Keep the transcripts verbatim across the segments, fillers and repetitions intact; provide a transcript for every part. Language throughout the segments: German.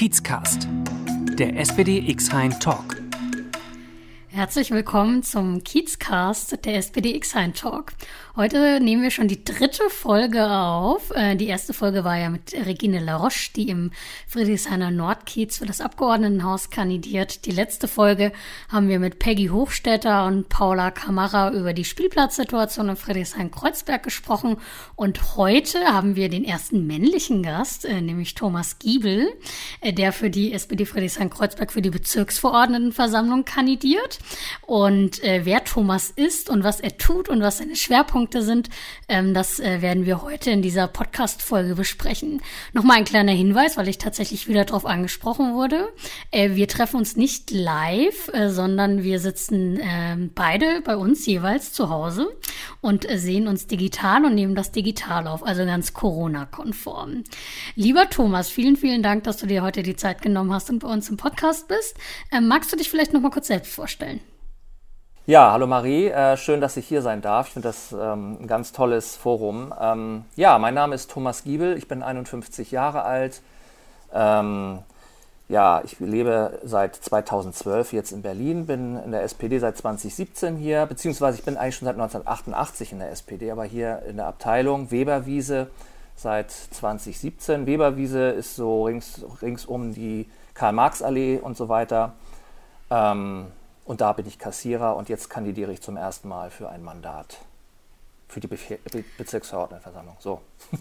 Kiezcast, der S P D Ixhain Talk. Herzlich willkommen zum Kiezcast, der S P D Ixhain Talk. Heute nehmen wir schon die dritte Folge auf. Die erste Folge war ja mit Regine Laroche, die im Friedrichshainer Nordkiez für das Abgeordnetenhaus kandidiert. Die letzte Folge haben wir mit Peggy Hochstetter und Paula Kamara über die Spielplatzsituation in Friedrichshain-Kreuzberg gesprochen. Und heute haben wir den ersten männlichen Gast, nämlich Thomas Giebel, der für die S P D Friedrichshain-Kreuzberg für die Bezirksverordnetenversammlung kandidiert. Und äh, wer Thomas ist und was er tut und was seine Schwerpunkte sind, ähm, das äh, werden wir heute in dieser Podcast-Folge besprechen. Nochmal ein kleiner Hinweis, weil ich tatsächlich wieder darauf angesprochen wurde. Äh, wir treffen uns nicht live, äh, sondern wir sitzen äh, beide bei uns jeweils zu Hause und äh, sehen uns digital und nehmen das digital auf, also ganz Corona-konform. Lieber Thomas, vielen, vielen Dank, dass du dir heute die Zeit genommen hast und bei uns im Podcast bist. Äh, magst du dich vielleicht nochmal kurz selbst vorstellen? Ja, hallo Marie, äh, schön, dass ich hier sein darf. Ich finde das ähm, ein ganz tolles Forum. Ähm, ja, mein Name ist Thomas Giebel, ich bin einundfünfzig Jahre alt. Ähm, ja, ich lebe seit zweitausendzwölf jetzt in Berlin, bin in der S P D seit zweitausendsiebzehn hier, beziehungsweise ich bin eigentlich schon seit neunzehnhundertachtundachtzig in der S P D, aber hier in der Abteilung Weberwiese seit zweitausendsiebzehn. Weberwiese ist so rings, rings um die Karl-Marx-Allee und so weiter. Ähm, Und da bin ich Kassierer und jetzt kandidiere ich zum ersten Mal für ein Mandat für die Be- Be- Bezirksverordnetenversammlung. So.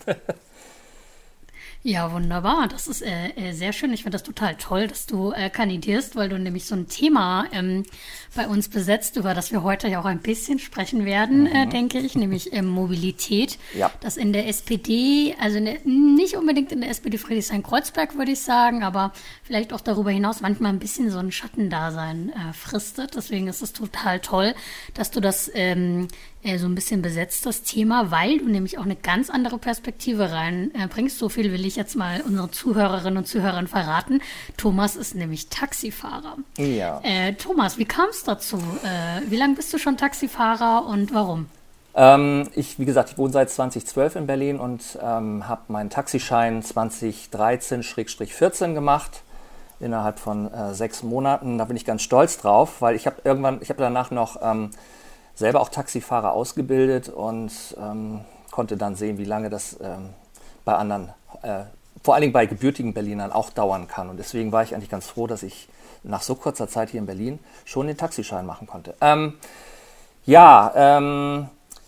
Ja, wunderbar. Das ist äh, sehr schön. Ich finde das total toll, dass du äh, kandidierst, weil du nämlich so ein Thema ähm, bei uns besetzt, über das wir heute ja auch ein bisschen sprechen werden, mhm. äh, denke ich, nämlich ähm, Mobilität. Ja. Das in der S P D, also in der, nicht unbedingt in der S P D Friedrichshain-Kreuzberg, würde ich sagen, aber vielleicht auch darüber hinaus manchmal ein bisschen so ein Schattendasein äh, fristet. Deswegen ist es total toll, dass du das ähm, äh, so ein bisschen besetzt, das Thema, weil du nämlich auch eine ganz andere Perspektive reinbringst. Äh, so viel will ich jetzt mal unseren Zuhörerinnen und Zuhörern verraten. Thomas ist nämlich Taxifahrer. Ja. Äh, Thomas, wie kam es dazu? Äh, wie lange bist du schon Taxifahrer und warum? Ähm, ich, wie gesagt, ich wohne seit zweitausendzwölf in Berlin und ähm, habe meinen Taxischein zweitausenddreizehn vierzehn gemacht, innerhalb von äh, sechs Monaten. Da bin ich ganz stolz drauf, weil ich habe irgendwann, ich habe danach noch ähm, selber auch Taxifahrer ausgebildet und ähm, konnte dann sehen, wie lange das ähm, bei anderen, äh, vor allen Dingen bei gebürtigen Berlinern auch dauern kann. Und deswegen war ich eigentlich ganz froh, dass ich nach so kurzer Zeit hier in Berlin schon den Taxischein machen konnte. Ähm, ja, ähm,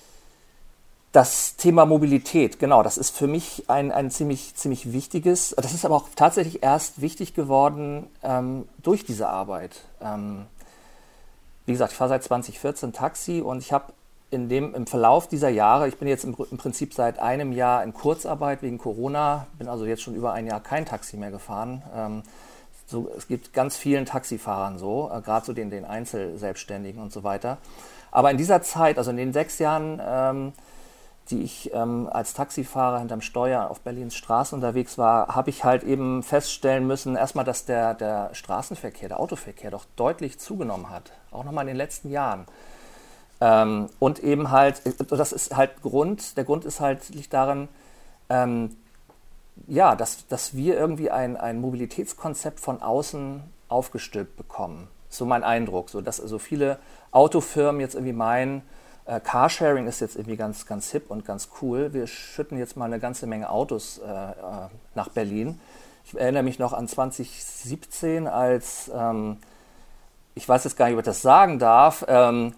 das Thema Mobilität, genau, das ist für mich ein, ein ziemlich, ziemlich wichtiges, das ist aber auch tatsächlich erst wichtig geworden ähm, durch diese Arbeit. Ähm, wie gesagt, ich fahre seit zweitausendvierzehn Taxi und ich habe in dem, im Verlauf dieser Jahre, ich bin jetzt im, im Prinzip seit einem Jahr in Kurzarbeit wegen Corona, bin also jetzt schon über ein Jahr kein Taxi mehr gefahren. Ähm, so, es gibt ganz vielen Taxifahrern so, äh, gerade so den, den Einzelselbstständigen und so weiter. Aber in dieser Zeit, also in den sechs Jahren, ähm, die ich ähm, als Taxifahrer hinterm Steuer auf Berlins Straßen unterwegs war, habe ich halt eben feststellen müssen, erstmal, dass der, der Straßenverkehr, der Autoverkehr doch deutlich zugenommen hat, auch nochmal in den letzten Jahren. Ähm, und eben halt, das ist halt Grund, der Grund ist halt, liegt darin, ähm, ja, dass, dass wir irgendwie ein, ein Mobilitätskonzept von außen aufgestülpt bekommen. So mein Eindruck, so dass also viele Autofirmen jetzt irgendwie meinen, äh, Carsharing ist jetzt irgendwie ganz, ganz hip und ganz cool. Wir schütten jetzt mal eine ganze Menge Autos äh, nach Berlin. Ich erinnere mich noch an zweitausendsiebzehn, als, ähm, ich weiß jetzt gar nicht, ob ich das sagen darf, ähm,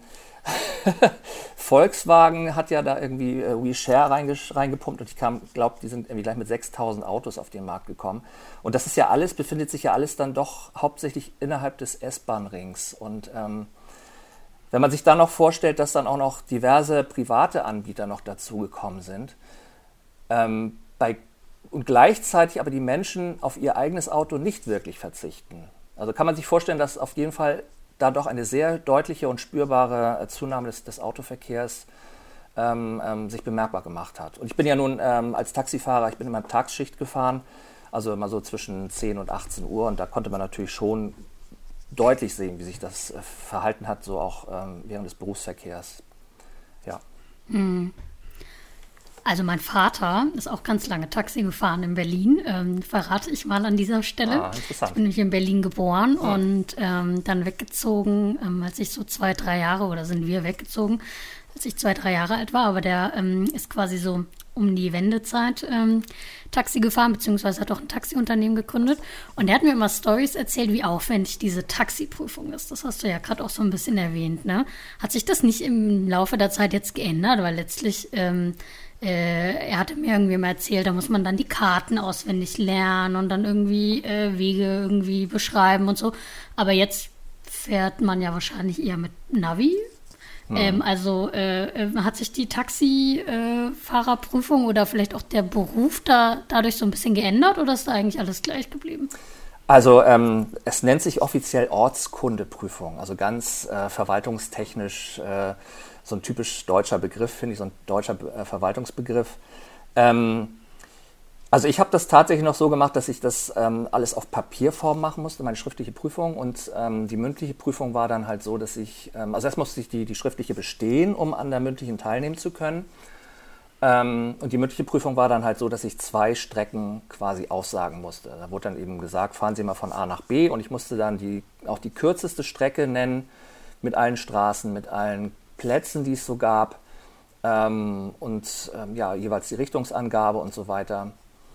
Volkswagen hat ja da irgendwie äh, WeShare reinge- reingepumpt und ich glaube, die sind irgendwie gleich mit sechstausend Autos auf den Markt gekommen. Und das ist ja alles, befindet sich ja alles dann doch hauptsächlich innerhalb des S-Bahn-Rings. Und ähm, wenn man sich dann noch vorstellt, dass dann auch noch diverse private Anbieter noch dazugekommen sind ähm, bei, und gleichzeitig aber die Menschen auf ihr eigenes Auto nicht wirklich verzichten. Also kann man sich vorstellen, dass auf jeden Fall da doch eine sehr deutliche und spürbare Zunahme des, des Autoverkehrs ähm, ähm, sich bemerkbar gemacht hat. Und ich bin ja nun ähm, als Taxifahrer, ich bin immer Tagsschicht gefahren, also immer so zwischen zehn und achtzehn Uhr und da konnte man natürlich schon deutlich sehen, wie sich das äh, verhalten hat, so auch ähm, während des Berufsverkehrs. Ja. Mhm. Also mein Vater ist auch ganz lange Taxi gefahren in Berlin, ähm, verrate ich mal an dieser Stelle. Ah, interessant. Ich bin nämlich in Berlin geboren Ah. und ähm, dann weggezogen, ähm, als ich so zwei, drei Jahre, oder sind wir weggezogen, als ich zwei, drei Jahre alt war. Aber der ähm, ist quasi so um die Wendezeit ähm, Taxi gefahren, beziehungsweise hat auch ein Taxiunternehmen gegründet. Und der hat mir immer Storys erzählt, wie aufwendig diese Taxiprüfung ist. Das hast du ja gerade auch so ein bisschen erwähnt, ne? Hat sich das nicht im Laufe der Zeit jetzt geändert? Weil letztlich, ähm, äh, er hatte mir irgendwie mal erzählt, da muss man dann die Karten auswendig lernen und dann irgendwie äh, Wege irgendwie beschreiben und so. Aber jetzt fährt man ja wahrscheinlich eher mit Navi. Ähm, also äh, äh, hat sich die Taxifahrerprüfung äh, oder vielleicht auch der Beruf da dadurch so ein bisschen geändert oder ist da eigentlich alles gleich geblieben? Also ähm, es nennt sich offiziell Ortskundeprüfung, also ganz äh, verwaltungstechnisch äh, so ein typisch deutscher Begriff, finde ich, so ein deutscher äh, Verwaltungsbegriff. Ähm, Also ich habe das tatsächlich noch so gemacht, dass ich das ähm, alles auf Papierform machen musste, meine schriftliche Prüfung. Und ähm, die mündliche Prüfung war dann halt so, dass ich, ähm, also erst musste ich die, die schriftliche bestehen, um an der mündlichen teilnehmen zu können. Ähm, und die mündliche Prüfung war dann halt so, dass ich zwei Strecken quasi aussagen musste. Da wurde dann eben gesagt, fahren Sie mal von A nach B. Und ich musste dann die, auch die kürzeste Strecke nennen, mit allen Straßen, mit allen Plätzen, die es so gab. Ähm, und ähm, ja, jeweils die Richtungsangabe und so weiter.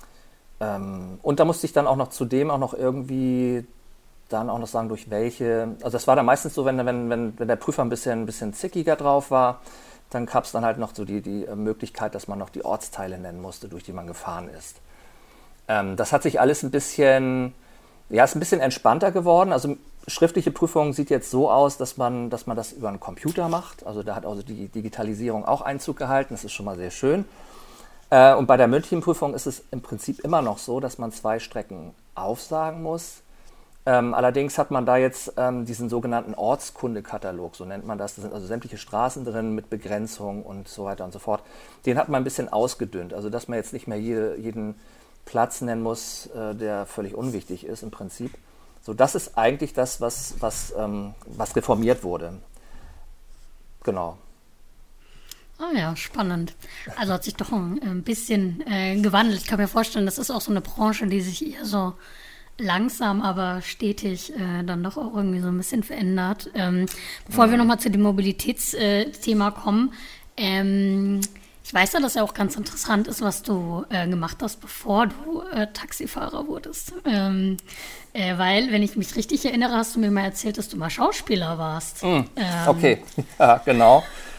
Ähm, und da musste ich dann auch noch zudem auch noch irgendwie dann auch noch sagen, durch welche, also das war dann meistens so, wenn, wenn, wenn, wenn der Prüfer ein bisschen, ein bisschen zickiger drauf war, dann gab es dann halt noch so die, die Möglichkeit, dass man noch die Ortsteile nennen musste, durch die man gefahren ist. Ähm, das hat sich alles ein bisschen, ja, ist ein bisschen entspannter geworden. Also schriftliche Prüfung sieht jetzt so aus, dass man, dass man das über einen Computer macht. Also da hat also die Digitalisierung auch Einzug gehalten, das ist schon mal sehr schön. Und bei der mündlichen Prüfung ist es im Prinzip immer noch so, dass man zwei Strecken aufsagen muss. Ähm, allerdings hat man da jetzt ähm, diesen sogenannten Ortskundekatalog, so nennt man das. Da sind also sämtliche Straßen drin mit Begrenzung und so weiter und so fort. Den hat man ein bisschen ausgedünnt, also dass man jetzt nicht mehr jede, jeden Platz nennen muss, äh, der völlig unwichtig ist im Prinzip. So, das ist eigentlich das, was, was, ähm, was reformiert wurde. Genau. Ah ja, spannend. Also hat sich doch ein, ein bisschen äh, gewandelt. Ich kann mir vorstellen, das ist auch so eine Branche, die sich eher so langsam, aber stetig äh, dann doch auch irgendwie so ein bisschen verändert. Ähm, bevor mhm. wir nochmal zu dem Mobilitätsthema äh, kommen, ähm, ich weiß ja, dass ja auch ganz interessant ist, was du äh, gemacht hast, bevor du äh, Taxifahrer wurdest. Ähm, äh, weil, wenn ich mich richtig erinnere, hast du mir mal erzählt, dass du mal Schauspieler warst. Mhm. Ähm, okay, ja, genau.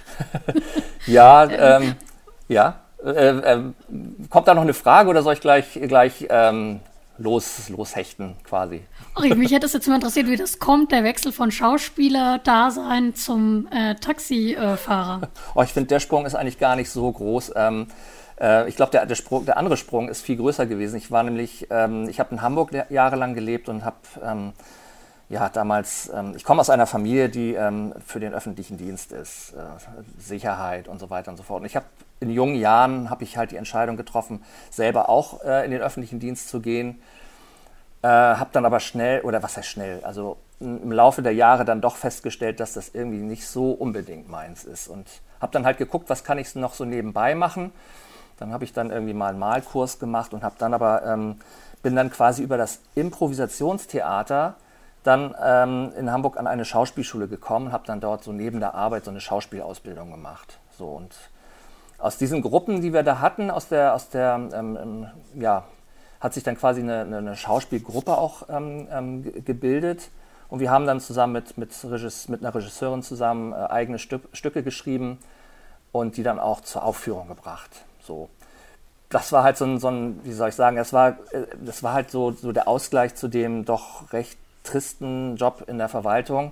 ja, ähm, ja. Äh, äh, kommt da noch eine Frage oder soll ich gleich, gleich ähm, los, loshechten quasi? Ach, mich hätte es jetzt mal interessiert, wie das kommt, der Wechsel von Schauspieler-Dasein zum äh, Taxifahrer. Oh, ich finde, der Sprung ist eigentlich gar nicht so groß. Ähm, äh, ich glaube, der, der, der andere Sprung ist viel größer gewesen. Ich war nämlich, ähm, ich habe in Hamburg jahrelang gelebt und habe ähm, ja, damals, ähm, ich komme aus einer Familie, die ähm, für den öffentlichen Dienst ist, äh, Sicherheit und so weiter und so fort. Und ich habe in jungen Jahren, habe ich halt die Entscheidung getroffen, selber auch äh, in den öffentlichen Dienst zu gehen. Äh, habe dann aber schnell, oder was heißt schnell, also im Laufe der Jahre dann doch festgestellt, dass das irgendwie nicht so unbedingt meins ist. Und habe dann halt geguckt, was kann ich noch so nebenbei machen. Dann habe ich dann irgendwie mal einen Malkurs gemacht und habe dann aber, ähm, bin dann quasi über das Improvisationstheater dann ähm, in Hamburg an eine Schauspielschule gekommen, habe dann dort so neben der Arbeit so eine Schauspielausbildung gemacht. So, und aus diesen Gruppen, die wir da hatten, aus der, aus der ähm, ja, hat sich dann quasi eine, eine Schauspielgruppe auch ähm, ähm, gebildet. Und wir haben dann zusammen mit, mit, Regisse- mit einer Regisseurin zusammen äh, eigene Stück, Stücke geschrieben und die dann auch zur Aufführung gebracht. So. Das war halt so ein, so ein, wie soll ich sagen, das war, das war halt so, so der Ausgleich zu dem doch recht tristen Job in der Verwaltung.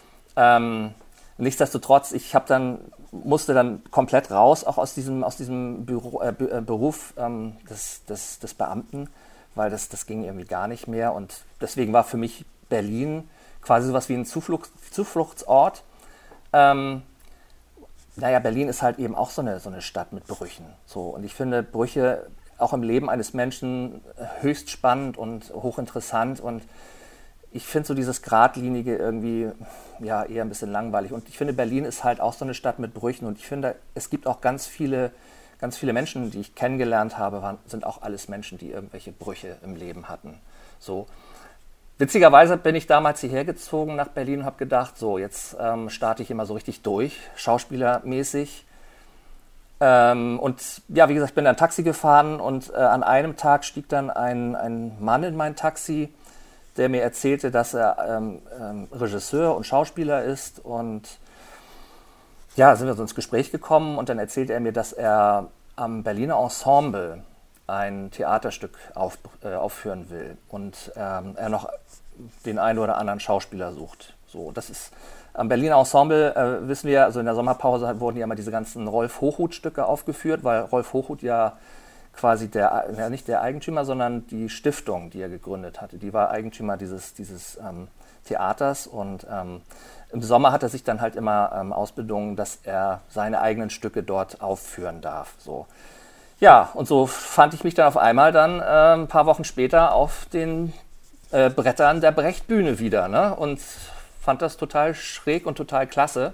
Ähm, nichtsdestotrotz, ich habe dann, musste dann komplett raus, auch aus diesem, aus diesem Büro, äh, Beruf ähm, des, des, des Beamten, weil das, das ging irgendwie gar nicht mehr. Und deswegen war für mich Berlin quasi sowas wie ein Zuflucht, Zufluchtsort. Ähm, naja, Berlin ist halt eben auch so eine, so eine Stadt mit Brüchen. So, und ich finde Brüche auch im Leben eines Menschen höchst spannend und hochinteressant. Und ich finde so dieses Gradlinige irgendwie ja, eher ein bisschen langweilig. Und ich finde, Berlin ist halt auch so eine Stadt mit Brüchen. Und ich finde, es gibt auch ganz viele ganz viele Menschen, die ich kennengelernt habe, waren, sind auch alles Menschen, die irgendwelche Brüche im Leben hatten. So. Witzigerweise bin ich damals hierher gezogen nach Berlin und habe gedacht, so, jetzt ähm, starte ich immer so richtig durch, schauspielermäßig. Ähm, und ja, wie gesagt, ich bin dann Taxi gefahren und äh, an einem Tag stieg dann ein, ein Mann in mein Taxi, der mir erzählte, dass er ähm, ähm, Regisseur und Schauspieler ist. Und ja, sind wir so ins Gespräch gekommen und dann erzählte er mir, dass er am Berliner Ensemble ein Theaterstück auf, äh, aufführen will und ähm, er noch den einen oder anderen Schauspieler sucht. So, das ist am Berliner Ensemble, äh, wissen wir, also in der Sommerpause wurden ja immer diese ganzen Rolf-Hochhuth-Stücke aufgeführt, weil Rolf Hochhuth ja quasi der, ja nicht der Eigentümer, sondern die Stiftung, die er gegründet hatte, die war Eigentümer dieses, dieses ähm, Theaters und ähm, im Sommer hat er sich dann halt immer ähm, ausbedungen, dass er seine eigenen Stücke dort aufführen darf. So. Ja, und so fand ich mich dann auf einmal dann äh, ein paar Wochen später auf den äh, Brettern der Brecht-Bühne wieder, ne? Und fand das total schräg und total klasse.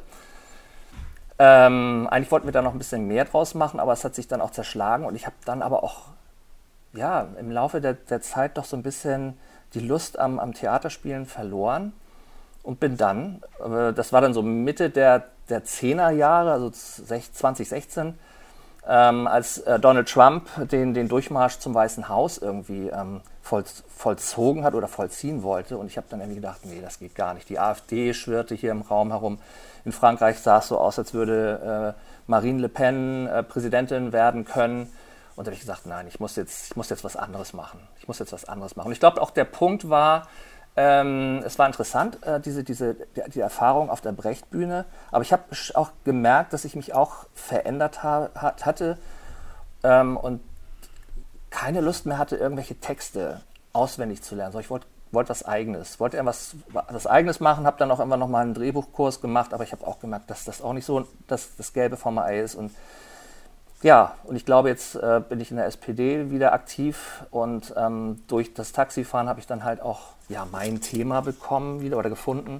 Ähm, eigentlich wollten wir da noch ein bisschen mehr draus machen, aber es hat sich dann auch zerschlagen und ich habe dann aber auch ja, im Laufe der, der Zeit doch so ein bisschen die Lust am, am Theaterspielen verloren und bin dann, äh, das war dann so Mitte der, der Zehnerjahre, also zwanzig sechzehn, ähm, als äh, Donald Trump den, den Durchmarsch zum Weißen Haus irgendwie ähm, voll, vollzogen hat oder vollziehen wollte und ich habe dann irgendwie gedacht, nee, das geht gar nicht. Die AfD schwirrte hier im Raum herum. In Frankreich sah es so aus, als würde äh, Marine Le Pen äh, Präsidentin werden können. Und da habe ich gesagt, nein, ich muss jetzt, ich muss jetzt was anderes machen. Ich muss jetzt was anderes machen. Und ich glaube, auch der Punkt war, ähm, es war interessant, äh, diese, diese, die, die Erfahrung auf der Brecht-Bühne. Aber ich habe auch gemerkt, dass ich mich auch verändert ha- hat, hatte ähm, und keine Lust mehr hatte, irgendwelche Texte auswendig zu lernen. So, ich wollte wollte was Eigenes, wollte irgendwas was Eigenes machen, habe dann auch immer noch mal einen Drehbuchkurs gemacht, aber ich habe auch gemerkt, dass das auch nicht so das, das Gelbe vom Ei ist. Und ja, und ich glaube, jetzt äh, bin ich in der S P D wieder aktiv und ähm, durch das Taxifahren habe ich dann halt auch ja, mein Thema bekommen wieder oder gefunden.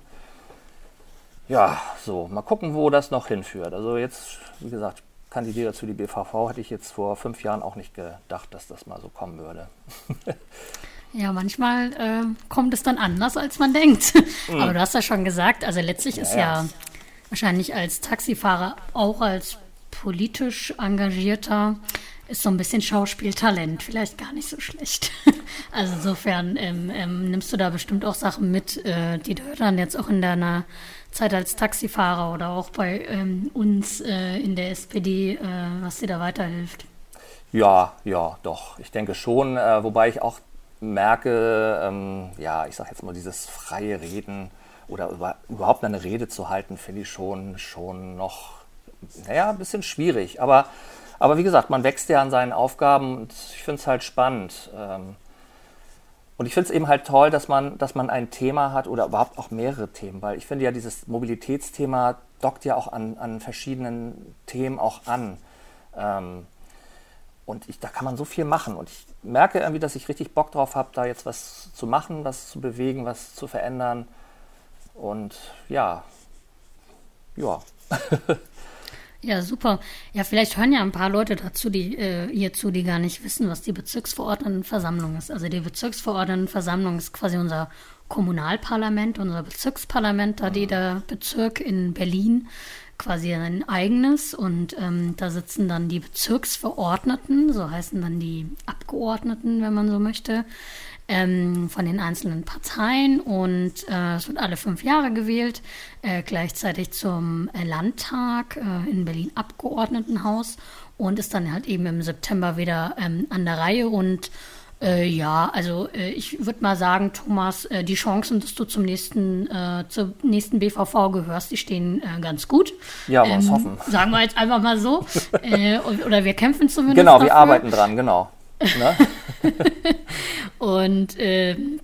Ja, so, mal gucken, wo das noch hinführt. Also jetzt, wie gesagt, kandidiere zu die B V V, hätte ich jetzt vor fünf Jahren auch nicht gedacht, dass das mal so kommen würde. Ja, manchmal äh, kommt es dann anders, als man denkt. Mhm. Aber du hast ja schon gesagt, also letztlich ist ja, ja wahrscheinlich als Taxifahrer, auch als politisch Engagierter, ist so ein bisschen Schauspieltalent vielleicht gar nicht so schlecht. Also insofern ähm, ähm, nimmst du da bestimmt auch Sachen mit, äh, die du dann jetzt auch in deiner Zeit als Taxifahrer oder auch bei ähm, uns äh, in der S P D, äh, was dir da weiterhilft. Ja, ja, doch. Ich denke schon, äh, wobei ich auch merke, ähm, ja, ich sag jetzt mal, dieses freie Reden oder über, überhaupt eine Rede zu halten, finde ich schon, schon noch, naja, ein bisschen schwierig. Aber, aber wie gesagt, man wächst ja an seinen Aufgaben und ich finde es halt spannend. Ähm, und ich finde es eben halt toll, dass man, dass man ein Thema hat oder überhaupt auch mehrere Themen, weil ich finde ja, dieses Mobilitätsthema dockt ja auch an, an verschiedenen Themen auch an. Ähm, Und ich, da kann man so viel machen. Und ich merke irgendwie, dass ich richtig Bock drauf habe, da jetzt was zu machen, was zu bewegen, was zu verändern. Und ja, ja. Ja, super. Ja, vielleicht hören ja ein paar Leute dazu, die äh, hierzu, die gar nicht wissen, was die Bezirksverordnetenversammlung ist. Also die Bezirksverordnetenversammlung ist quasi unser Kommunalparlament, unser Bezirksparlament, da die der Bezirk in Berlin quasi ein eigenes und ähm, da sitzen dann die Bezirksverordneten, so heißen dann die Abgeordneten, wenn man so möchte, ähm, von den einzelnen Parteien und äh, es wird alle fünf Jahre gewählt, äh, gleichzeitig zum äh, Landtag äh, in Berlin Abgeordnetenhaus und ist dann halt eben im September wieder ähm, an der Reihe und Äh, ja, also äh, ich würde mal sagen, Thomas, äh, die Chancen, dass du zum nächsten, äh, zur nächsten B V V gehörst, die stehen äh, ganz gut. Ja, wir ähm, hoffen. Sagen wir jetzt einfach mal so. äh, oder wir kämpfen zumindest Genau, dafür. wir arbeiten dran, genau. Ne? Und äh,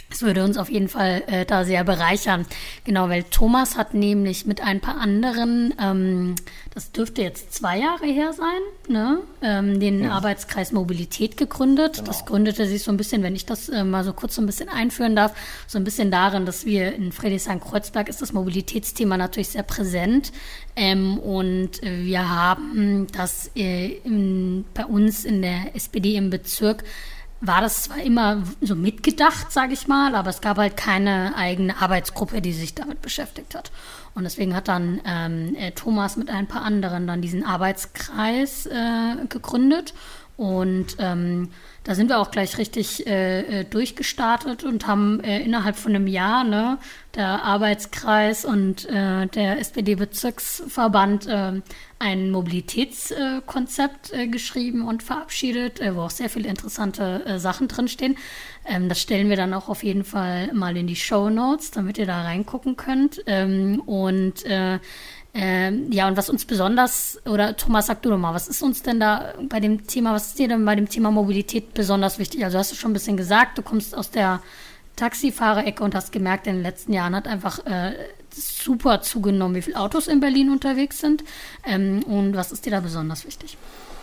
Das würde uns auf jeden Fall äh, da sehr bereichern. Genau, weil Thomas hat nämlich mit ein paar anderen, ähm, das dürfte jetzt zwei Jahre her sein, ne? ähm, den ja. Arbeitskreis Mobilität gegründet. Genau. Das gründete sich so ein bisschen, wenn ich das äh, mal so kurz so ein bisschen einführen darf, so ein bisschen darin, dass wir in Friedrichshain-Kreuzberg ist das Mobilitätsthema natürlich sehr präsent. Ähm, und äh, wir haben das äh, in, bei uns in der S P D im Bezirk war das zwar immer so mitgedacht, sage ich mal, aber es gab halt keine eigene Arbeitsgruppe, die sich damit beschäftigt hat. Und deswegen hat dann ähm, Thomas mit ein paar anderen dann diesen Arbeitskreis äh, gegründet. Und ähm, da sind wir auch gleich richtig äh, durchgestartet und haben äh, innerhalb von einem Jahr, ne, der Arbeitskreis und äh, der S P D-Bezirksverband äh, ein Mobilitätskonzept äh, äh, geschrieben und verabschiedet, äh, wo auch sehr viele interessante äh, Sachen drinstehen. Ähm, das stellen wir dann auch auf jeden Fall mal in die Shownotes, damit ihr da reingucken könnt. Ähm, und äh, Ähm, ja, und was uns besonders, oder Thomas, sag du doch mal, was ist uns denn da bei dem Thema, was ist dir denn bei dem Thema Mobilität besonders wichtig? Also hast du schon ein bisschen gesagt, du kommst aus der Taxifahrerecke und hast gemerkt, in den letzten Jahren hat einfach äh, super zugenommen, wie viele Autos in Berlin unterwegs sind. Ähm, und was ist dir da besonders wichtig?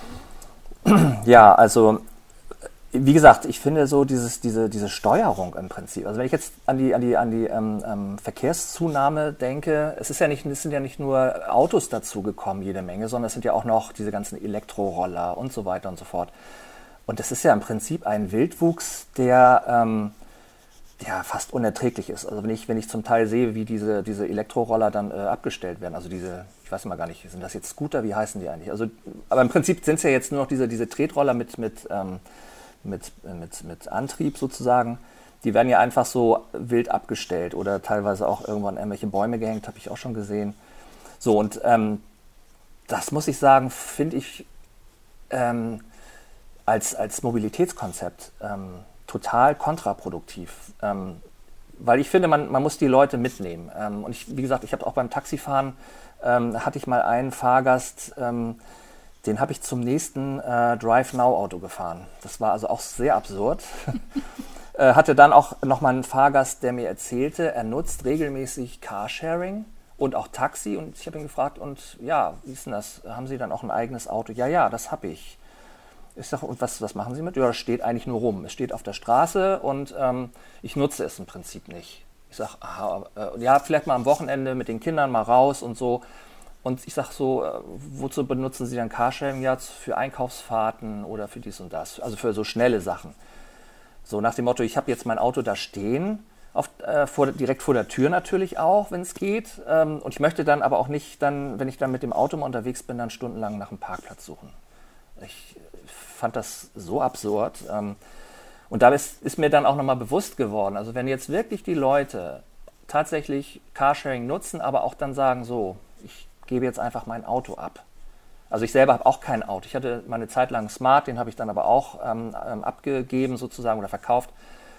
Ja, also wie gesagt, ich finde so dieses, diese, diese Steuerung im Prinzip, also wenn ich jetzt an die, an die, an die ähm, ähm, Verkehrszunahme denke, es ist ja nicht, es sind ja nicht nur Autos dazugekommen, jede Menge, sondern es sind ja auch noch diese ganzen Elektroroller und so weiter und so fort. Und das ist ja im Prinzip ein Wildwuchs, der ähm, ja, fast unerträglich ist. Also wenn ich, wenn ich zum Teil sehe, wie diese, diese Elektroroller dann äh, abgestellt werden, also diese, ich weiß mal gar nicht, sind das jetzt Scooter, wie heißen die eigentlich? Also, aber im Prinzip sind es ja jetzt nur noch diese, diese Tretroller mit, mit ähm, Mit, mit, mit Antrieb sozusagen, die werden ja einfach so wild abgestellt oder teilweise auch irgendwann irgendwelche Bäume gehängt, habe ich auch schon gesehen. So, und ähm, das muss ich sagen, finde ich ähm, als, als Mobilitätskonzept ähm, total kontraproduktiv. Ähm, weil ich finde, man, man muss die Leute mitnehmen. Ähm, und ich, wie gesagt, ich habe auch beim Taxifahren, ähm, hatte ich mal einen Fahrgast, ähm, den habe ich zum nächsten äh, Drive-Now-Auto gefahren. Das war also auch sehr absurd. äh, hatte dann auch nochmal einen Fahrgast, der mir erzählte, er nutzt regelmäßig Carsharing und auch Taxi. Und ich habe ihn gefragt, und ja, wie ist denn das? Haben Sie dann auch ein eigenes Auto? Ja, ja, das habe ich. Ich sage, und was, was machen Sie mit? Ja, das steht eigentlich nur rum. Es steht auf der Straße und ähm, ich nutze es im Prinzip nicht. Ich sage, aha, äh, ja, vielleicht mal am Wochenende mit den Kindern mal raus und so. Und ich sage so, äh, wozu benutzen Sie dann Carsharing? Ja, für Einkaufsfahrten oder für dies und das, also für so schnelle Sachen. So nach dem Motto, ich habe jetzt mein Auto da stehen, auf, äh, vor, direkt vor der Tür natürlich auch, wenn es geht. Ähm, und ich möchte dann aber auch nicht, dann, wenn ich dann mit dem Auto mal unterwegs bin, dann stundenlang nach einem Parkplatz suchen. Ich fand das so absurd. Ähm, und da ist, ist mir dann auch nochmal bewusst geworden, also wenn jetzt wirklich die Leute tatsächlich Carsharing nutzen, aber auch dann sagen, so, ich gebe jetzt einfach mein Auto ab. Also ich selber habe auch kein Auto. Ich hatte mal eine Zeit lang einen Smart, den habe ich dann aber auch ähm, ähm, abgegeben sozusagen oder verkauft,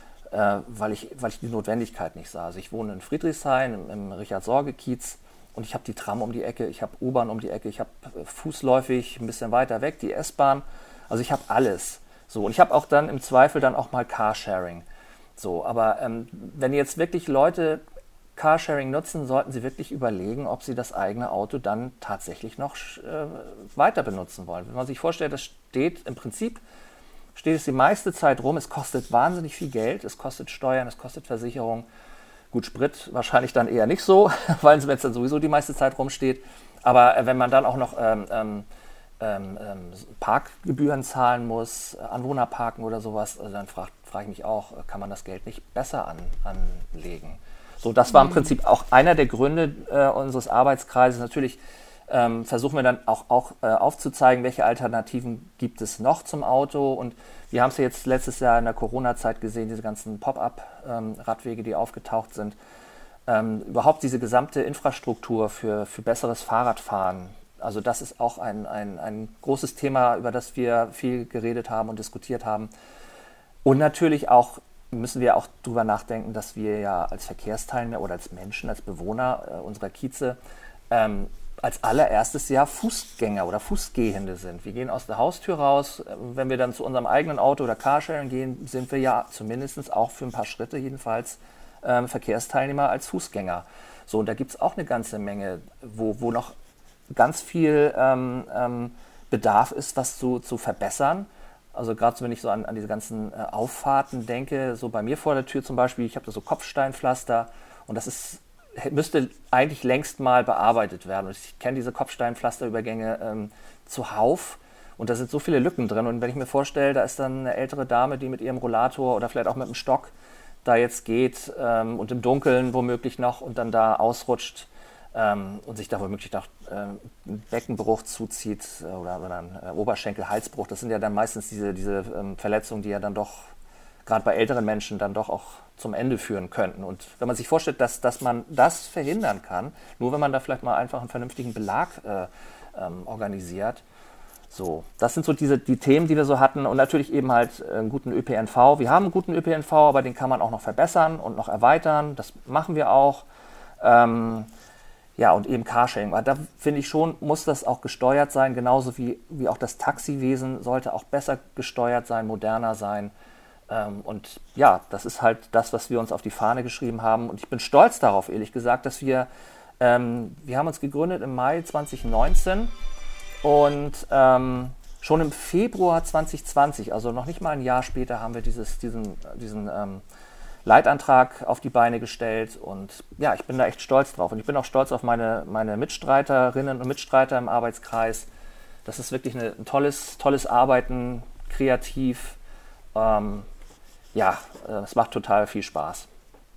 äh, weil, ich, weil ich die Notwendigkeit nicht sah. Also ich wohne in Friedrichshain im, im Richard-Sorge-Kiez und ich habe die Tram um die Ecke, ich habe U-Bahn um die Ecke, ich habe fußläufig ein bisschen weiter weg die S-Bahn. Also ich habe alles. So, und ich habe auch dann im Zweifel dann auch mal Carsharing. So, aber ähm, wenn jetzt wirklich Leute Carsharing nutzen, sollten sie wirklich überlegen, ob sie das eigene Auto dann tatsächlich noch äh, weiter benutzen wollen. Wenn man sich vorstellt, das steht im Prinzip, steht es die meiste Zeit rum, es kostet wahnsinnig viel Geld, es kostet Steuern, es kostet Versicherung, gut, Sprit wahrscheinlich dann eher nicht so, weil es dann sowieso die meiste Zeit rumsteht, aber äh, wenn man dann auch noch ähm, ähm, ähm, Parkgebühren zahlen muss, Anwohnerparken oder sowas, also dann frage frag ich mich auch, kann man das Geld nicht besser an, anlegen? So, das war im Prinzip auch einer der Gründe äh, unseres Arbeitskreises. Natürlich ähm, versuchen wir dann auch, auch äh, aufzuzeigen, welche Alternativen gibt es noch zum Auto. Und wir haben es ja jetzt letztes Jahr in der Corona-Zeit gesehen, diese ganzen Pop-up-Radwege, ähm, die aufgetaucht sind. Ähm, überhaupt diese gesamte Infrastruktur für, für besseres Fahrradfahren. Also das ist auch ein, ein, ein großes Thema, über das wir viel geredet haben und diskutiert haben. Und natürlich auch müssen wir auch darüber nachdenken, dass wir ja als Verkehrsteilnehmer oder als Menschen, als Bewohner äh, unserer Kieze ähm, als allererstes ja Fußgänger oder Fußgehende sind. Wir gehen aus der Haustür raus. Wenn wir dann zu unserem eigenen Auto oder Carsharing gehen, sind wir ja zumindest auch für ein paar Schritte jedenfalls ähm, Verkehrsteilnehmer als Fußgänger. So, und da gibt es auch eine ganze Menge, wo, wo noch ganz viel ähm, ähm, Bedarf ist, was zu, zu verbessern. Also gerade so, wenn ich so an, an diese ganzen äh, Auffahrten denke, so bei mir vor der Tür zum Beispiel, ich habe da so Kopfsteinpflaster und das ist müsste eigentlich längst mal bearbeitet werden. Und ich kenne diese Kopfsteinpflasterübergänge ähm, zuhauf und da sind so viele Lücken drin. Und wenn ich mir vorstelle, da ist dann eine ältere Dame, die mit ihrem Rollator oder vielleicht auch mit dem Stock da jetzt geht ähm, und im Dunkeln womöglich noch und dann da ausrutscht ähm, und sich da womöglich noch äh, einen Beckenbruch zuzieht äh, oder, oder einen äh, Oberschenkel-Halsbruch. Das sind ja dann meistens diese, diese ähm, Verletzungen, die ja dann doch gerade bei älteren Menschen dann doch auch zum Ende führen könnten. Und wenn man sich vorstellt, dass, dass man das verhindern kann, nur wenn man da vielleicht mal einfach einen vernünftigen Belag äh, ähm, organisiert. So, das sind so diese die Themen, die wir so hatten und natürlich eben halt einen guten Ö P N V. Wir haben einen guten Ö P N V, aber den kann man auch noch verbessern und noch erweitern. Das machen wir auch. Ähm, ja, und eben Carsharing. Da finde ich schon, muss das auch gesteuert sein, genauso wie, wie auch das Taxiwesen sollte auch besser gesteuert sein, moderner sein. Ähm, und ja, das ist halt das, was wir uns auf die Fahne geschrieben haben. Und ich bin stolz darauf, ehrlich gesagt, dass wir, ähm, wir haben uns gegründet im Mai zwanzig neunzehn und ähm, schon im Februar zwanzig zwanzig, also noch nicht mal ein Jahr später, haben wir dieses, diesen, diesen ähm, Leitantrag auf die Beine gestellt. Und ja, ich bin da echt stolz drauf. Und ich bin auch stolz auf meine, meine Mitstreiterinnen und Mitstreiter im Arbeitskreis. Das ist wirklich eine, ein tolles, tolles Arbeiten, kreativ. Ähm, ja, es macht total viel Spaß.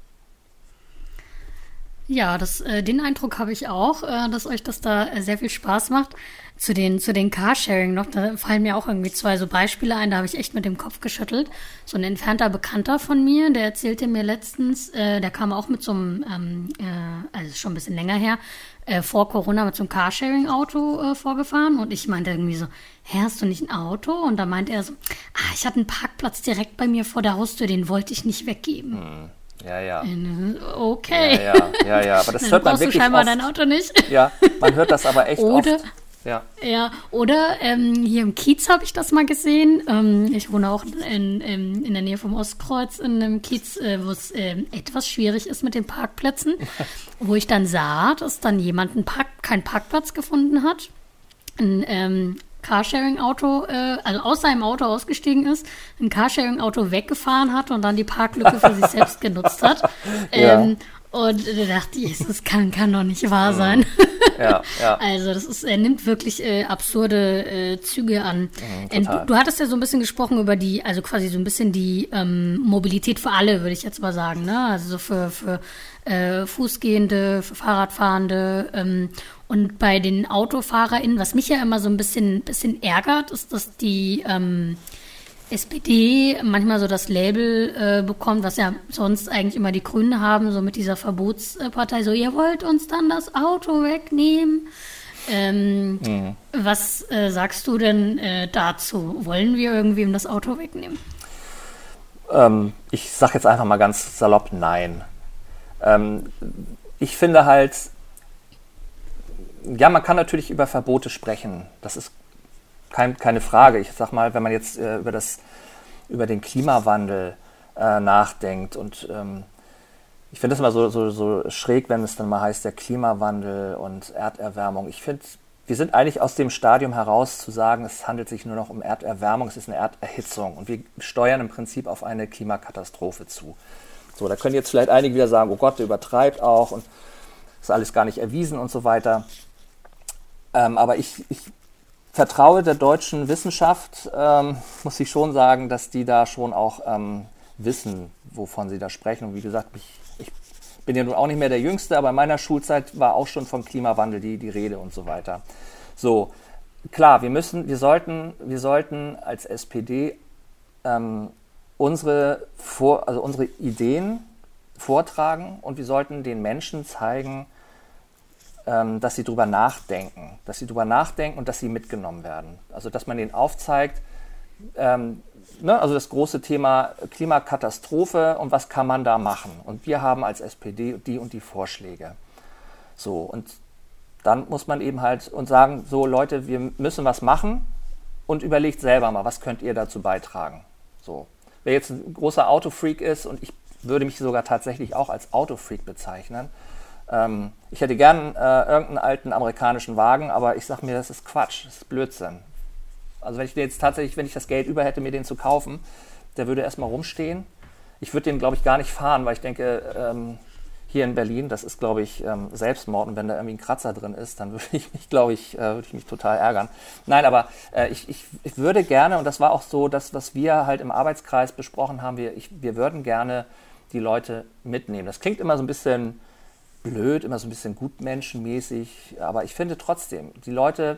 Ja, das, äh, den Eindruck habe ich auch, äh, dass euch das da äh, sehr viel Spaß macht. Zu den, zu den Carsharing noch, da fallen mir auch irgendwie zwei so Beispiele ein, da habe ich echt mit dem Kopf geschüttelt. So ein entfernter Bekannter von mir, der erzählte mir letztens, äh, der kam auch mit so einem, ähm, äh, also schon ein bisschen länger her, äh, vor Corona mit so einem Carsharing-Auto äh, vorgefahren und ich meinte irgendwie so, hä, hast du nicht ein Auto? Und da meinte er so, ah, ich hatte einen Parkplatz direkt bei mir vor der Haustür, den wollte ich nicht weggeben. Hm. Ja, ja. Okay. Ja, ja, ja, ja. Aber das Dann hört man brauchst wirklich du scheinbar oft. dein Auto nicht. Ja, man hört das aber echt Oder, oft. Ja. Ja, oder ähm, hier im Kiez habe ich das mal gesehen. Ähm, ich wohne auch in, in, in der Nähe vom Ostkreuz in einem Kiez, äh, wo es äh, etwas schwierig ist mit den Parkplätzen, wo ich dann sah, dass dann jemand einen Park, keinen Parkplatz gefunden hat. Ein ähm, Carsharing-Auto, äh, also aus seinem Auto ausgestiegen ist, ein Carsharing-Auto weggefahren hat und dann die Parklücke für sich selbst genutzt hat. Ähm, ja. Und da dachte ich, das kann, kann doch nicht wahr sein. Ja, ja. Also das ist, er nimmt wirklich äh, absurde äh, Züge an. Mhm, du, du hattest ja so ein bisschen gesprochen über die, also quasi so ein bisschen die ähm, Mobilität für alle, würde ich jetzt mal sagen, ne? Also so für, für äh, Fußgehende, für Fahrradfahrende. Ähm, und bei den AutofahrerInnen, was mich ja immer so ein bisschen, bisschen ärgert, ist, dass die ähm, S P D manchmal so das Label äh, bekommt, was ja sonst eigentlich immer die Grünen haben, so mit dieser Verbotspartei, so ihr wollt uns dann das Auto wegnehmen. Ähm, mhm. Was äh, sagst du denn äh, dazu? Wollen wir irgendwem das Auto wegnehmen? Ähm, ich sage jetzt einfach mal ganz salopp nein. Ähm, ich finde halt, ja, man kann natürlich über Verbote sprechen. Das ist kein, keine Frage. Ich sag mal, wenn man jetzt äh, über, das, über den Klimawandel äh, nachdenkt und ähm, ich finde das immer so, so, so schräg, wenn es dann mal heißt, der Klimawandel und Erderwärmung. Ich finde, wir sind eigentlich aus dem Stadium heraus zu sagen, es handelt sich nur noch um Erderwärmung, es ist eine Erderhitzung und wir steuern im Prinzip auf eine Klimakatastrophe zu. So, da können jetzt vielleicht einige wieder sagen, oh Gott, der übertreibt auch und ist alles gar nicht erwiesen und so weiter. Ähm, aber ich, ich vertraue der deutschen Wissenschaft, ähm, muss ich schon sagen, dass die da schon auch ähm, wissen, wovon sie da sprechen. Und wie gesagt, ich, ich bin ja nun auch nicht mehr der Jüngste, aber in meiner Schulzeit war auch schon vom Klimawandel die, die Rede und so weiter. So, klar, wir müssen, wir sollten, wir sollten als S P D ähm, unsere, Vor, also unsere Ideen vortragen und wir sollten den Menschen zeigen, ähm, dass sie drüber nachdenken, dass sie drüber nachdenken und dass sie mitgenommen werden. Also dass man denen aufzeigt, ähm, ne, also das große Thema Klimakatastrophe und was kann man da machen. Und wir haben als S P D die und die Vorschläge. So, und dann muss man eben halt und sagen, so Leute, wir müssen was machen und überlegt selber mal, was könnt ihr dazu beitragen. So. Wer jetzt ein großer Autofreak ist, und ich würde mich sogar tatsächlich auch als Autofreak bezeichnen, ähm, ich hätte gern äh, irgendeinen alten amerikanischen Wagen, aber ich sage mir, das ist Quatsch, das ist Blödsinn. Also wenn ich den jetzt tatsächlich, wenn ich das Geld über hätte, mir den zu kaufen, der würde erstmal rumstehen. Ich würde den, glaube ich, gar nicht fahren, weil ich denke, ähm, hier in Berlin, das ist, glaube ich, ähm, Selbstmord. Und wenn da irgendwie ein Kratzer drin ist, dann würde ich mich, glaube ich, äh, würde ich mich total ärgern. Nein, aber äh, ich, ich, ich würde gerne, und das war auch so das, was wir halt im Arbeitskreis besprochen haben, wir, ich, wir würden gerne die Leute mitnehmen. Das klingt immer so ein bisschen blöd, immer so ein bisschen gutmenschenmäßig, aber ich finde trotzdem, die Leute,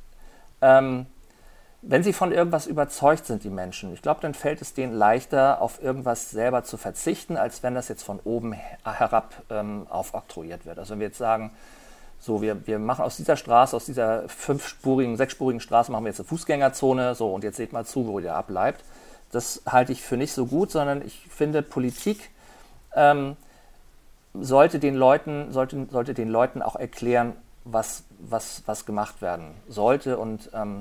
ähm, wenn sie von irgendwas überzeugt sind, die Menschen, ich glaube, dann fällt es denen leichter, auf irgendwas selber zu verzichten, als wenn das jetzt von oben herab ähm, aufoktroyiert wird. Also wenn wir jetzt sagen, so, wir, wir machen aus dieser Straße, aus dieser fünfspurigen, sechsspurigen Straße machen wir jetzt eine Fußgängerzone, so, und jetzt seht mal zu, wo ihr abbleibt. Das halte ich für nicht so gut, sondern ich finde, Politik ähm, sollte den Leuten, sollte, sollte den Leuten auch erklären, was, was, was gemacht werden sollte und ähm,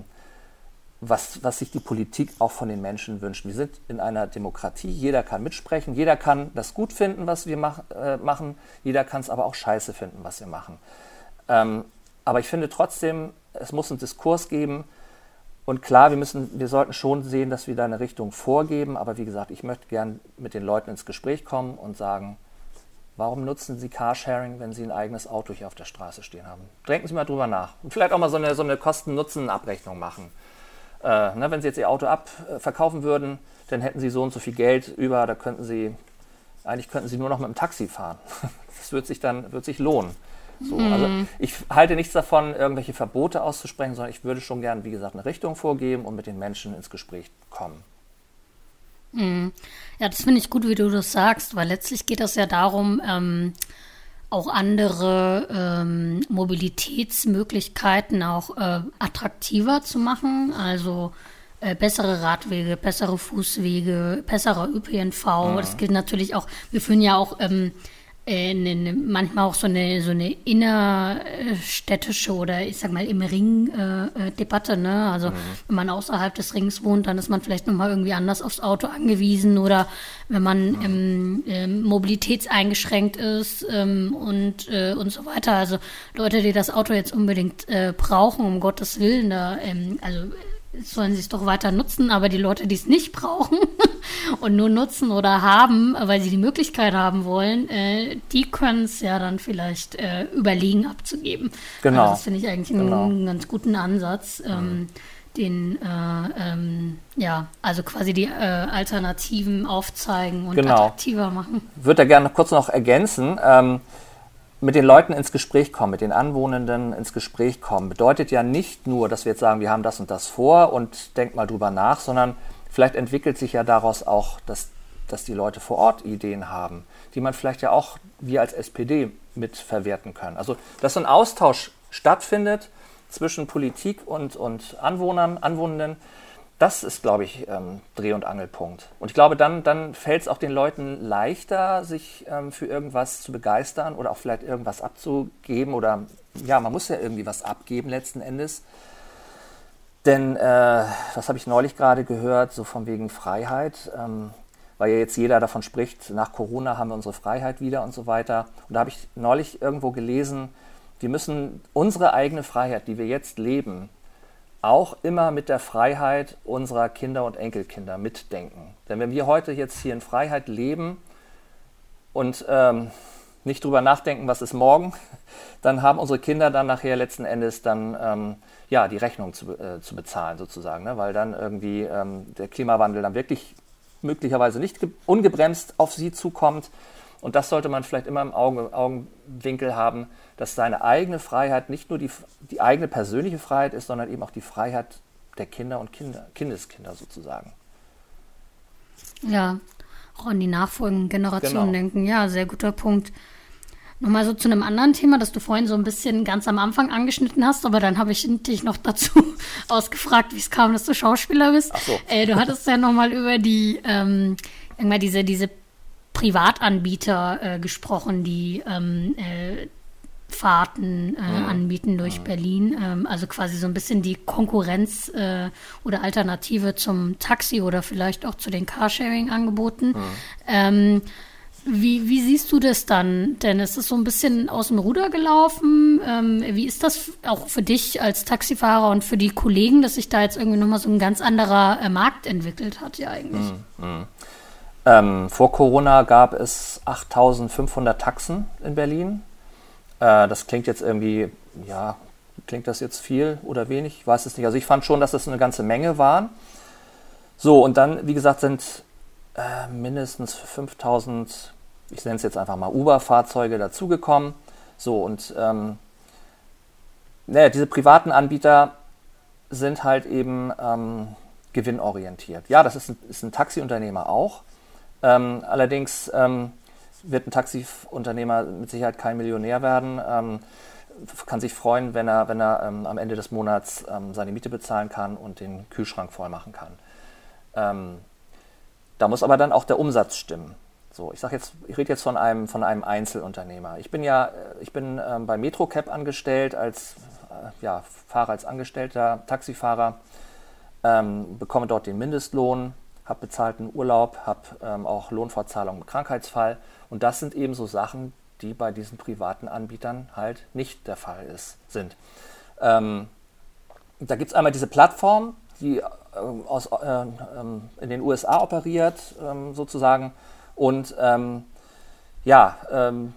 Was, was sich die Politik auch von den Menschen wünscht. Wir sind in einer Demokratie, jeder kann mitsprechen, jeder kann das gut finden, was wir mach, äh, machen, jeder kann es aber auch scheiße finden, was wir machen. Ähm, aber ich finde trotzdem, es muss einen Diskurs geben und klar, wir, müssen, wir sollten schon sehen, dass wir da eine Richtung vorgeben, aber wie gesagt, ich möchte gern mit den Leuten ins Gespräch kommen und sagen, warum nutzen Sie Carsharing, wenn Sie ein eigenes Auto hier auf der Straße stehen haben? Denken Sie mal drüber nach und vielleicht auch mal so eine, so eine Kosten-Nutzen-Abrechnung machen. Äh, ne, wenn Sie jetzt Ihr Auto abverkaufen äh, würden, dann hätten Sie so und so viel Geld über, da könnten Sie, eigentlich könnten Sie nur noch mit dem Taxi fahren. Das wird sich dann, wird sich lohnen. So, mm. Also ich halte nichts davon, irgendwelche Verbote auszusprechen, sondern ich würde schon gern, wie gesagt, eine Richtung vorgeben und mit den Menschen ins Gespräch kommen. Mm. Ja, das finde ich gut, wie du das sagst, weil letztlich geht es ja darum, ähm, auch andere ähm, Mobilitätsmöglichkeiten auch äh, attraktiver zu machen, also äh, bessere Radwege, bessere Fußwege, besserer Ö P N V. Mhm. Das gilt natürlich auch, wir führen ja auch ähm, äh, ne, ne, manchmal auch so eine so eine innerstädtische oder ich sag mal im Ring äh, Debatte, ne? Also mhm. wenn man außerhalb des Rings wohnt, dann ist man vielleicht nochmal irgendwie anders aufs Auto angewiesen oder wenn man mhm. ähm, ähm, mobilitätseingeschränkt ist ähm, und äh, und so weiter. Also Leute, die das Auto jetzt unbedingt äh, brauchen, um Gottes Willen, da ähm, also sollen sie es doch weiter nutzen, aber die Leute, die es nicht brauchen und nur nutzen oder haben, weil sie die Möglichkeit haben wollen, äh, die können es ja dann vielleicht äh, überlegen abzugeben. Genau. Also das finde ich eigentlich genau. einen ganz guten Ansatz, ähm, mhm. den, äh, ähm, ja, also quasi die äh, Alternativen aufzeigen und genau. attraktiver machen. Ich würde da gerne kurz noch ergänzen, ähm, mit den Leuten ins Gespräch kommen, mit den Anwohnenden ins Gespräch kommen, bedeutet ja nicht nur, dass wir jetzt sagen, wir haben das und das vor und denkt mal drüber nach, sondern vielleicht entwickelt sich ja daraus auch, dass, dass die Leute vor Ort Ideen haben, die man vielleicht ja auch wir als S P D mitverwerten können. Also, dass so ein Austausch stattfindet zwischen Politik und, und Anwohnern, Anwohnenden, das ist, glaube ich, ähm, Dreh- und Angelpunkt. Und ich glaube, dann, dann fällt es auch den Leuten leichter, sich ähm, für irgendwas zu begeistern oder auch vielleicht irgendwas abzugeben. Oder ja, man muss ja irgendwie was abgeben letzten Endes. Denn, äh, das habe ich neulich gerade gehört, so von wegen Freiheit, ähm, weil ja jetzt jeder davon spricht, nach Corona haben wir unsere Freiheit wieder und so weiter. Und da habe ich neulich irgendwo gelesen, wir müssen unsere eigene Freiheit, die wir jetzt leben, auch immer mit der Freiheit unserer Kinder und Enkelkinder mitdenken. Denn wenn wir heute jetzt hier in Freiheit leben und ähm, nicht drüber nachdenken, was ist morgen, dann haben unsere Kinder dann nachher letzten Endes dann ähm, ja, die Rechnung zu, äh, zu bezahlen sozusagen, ne? Weil dann irgendwie ähm, der Klimawandel dann wirklich möglicherweise nicht ge- ungebremst auf sie zukommt. Und das sollte man vielleicht immer im Augen, Augenwinkel haben, dass seine eigene Freiheit nicht nur die, die eigene persönliche Freiheit ist, sondern eben auch die Freiheit der Kinder und Kinder, Kindeskinder sozusagen. Ja, auch an die nachfolgenden Generationen Genau. denken. Ja, sehr guter Punkt. Nochmal so zu einem anderen Thema, das du vorhin so ein bisschen ganz am Anfang angeschnitten hast, aber dann habe ich dich noch dazu ausgefragt, wie es kam, dass du Schauspieler bist. Ach so. Äh, du hattest ja nochmal über die, ähm, irgendwann diese, diese Privatanbieter äh, gesprochen, die ähm, äh, Fahrten äh, mhm. anbieten durch mhm. Berlin. Ähm, also quasi so ein bisschen die Konkurrenz äh, oder Alternative zum Taxi oder vielleicht auch zu den Carsharing-Angeboten. Mhm. Ähm, wie, wie siehst du das dann? Denn es ist so ein bisschen aus dem Ruder gelaufen. Ähm, wie ist das auch für dich als Taxifahrer und für die Kollegen, dass sich da jetzt irgendwie nochmal so ein ganz anderer äh, Markt entwickelt hat ja eigentlich? Mhm. Mhm. Ähm, vor Corona gab es achttausendfünfhundert Taxen in Berlin. Äh, das klingt jetzt irgendwie, ja, klingt das jetzt viel oder wenig? Ich weiß es nicht. Also ich fand schon, dass das eine ganze Menge waren. So, und dann, wie gesagt, sind äh, mindestens fünftausend, ich nenne es jetzt einfach mal Uber-Fahrzeuge dazugekommen. So, und ähm, naja, diese privaten Anbieter sind halt eben ähm, gewinnorientiert. Ja, das ist ein, ist ein Taxiunternehmer auch. Ähm, allerdings ähm, wird ein Taxiunternehmer mit Sicherheit kein Millionär werden, ähm, kann sich freuen, wenn er, wenn er ähm, am Ende des Monats ähm, seine Miete bezahlen kann und den Kühlschrank voll machen kann. Ähm, da muss aber dann auch der Umsatz stimmen. So, ich sag jetzt, ich rede jetzt von einem, von einem Einzelunternehmer. Ich bin ja, ich bin ähm, bei Metrocab angestellt als äh, ja, Fahrer, als angestellter Taxifahrer, ähm, bekomme dort den Mindestlohn, habe bezahlten Urlaub, habe ähm, auch Lohnfortzahlung im Krankheitsfall. Und das sind eben so Sachen, die bei diesen privaten Anbietern halt nicht der Fall ist, sind. Ähm, da gibt es einmal diese Plattform, die äh, aus, äh, ähm, in den U S A operiert, ähm, sozusagen. Und ähm, ja, ähm,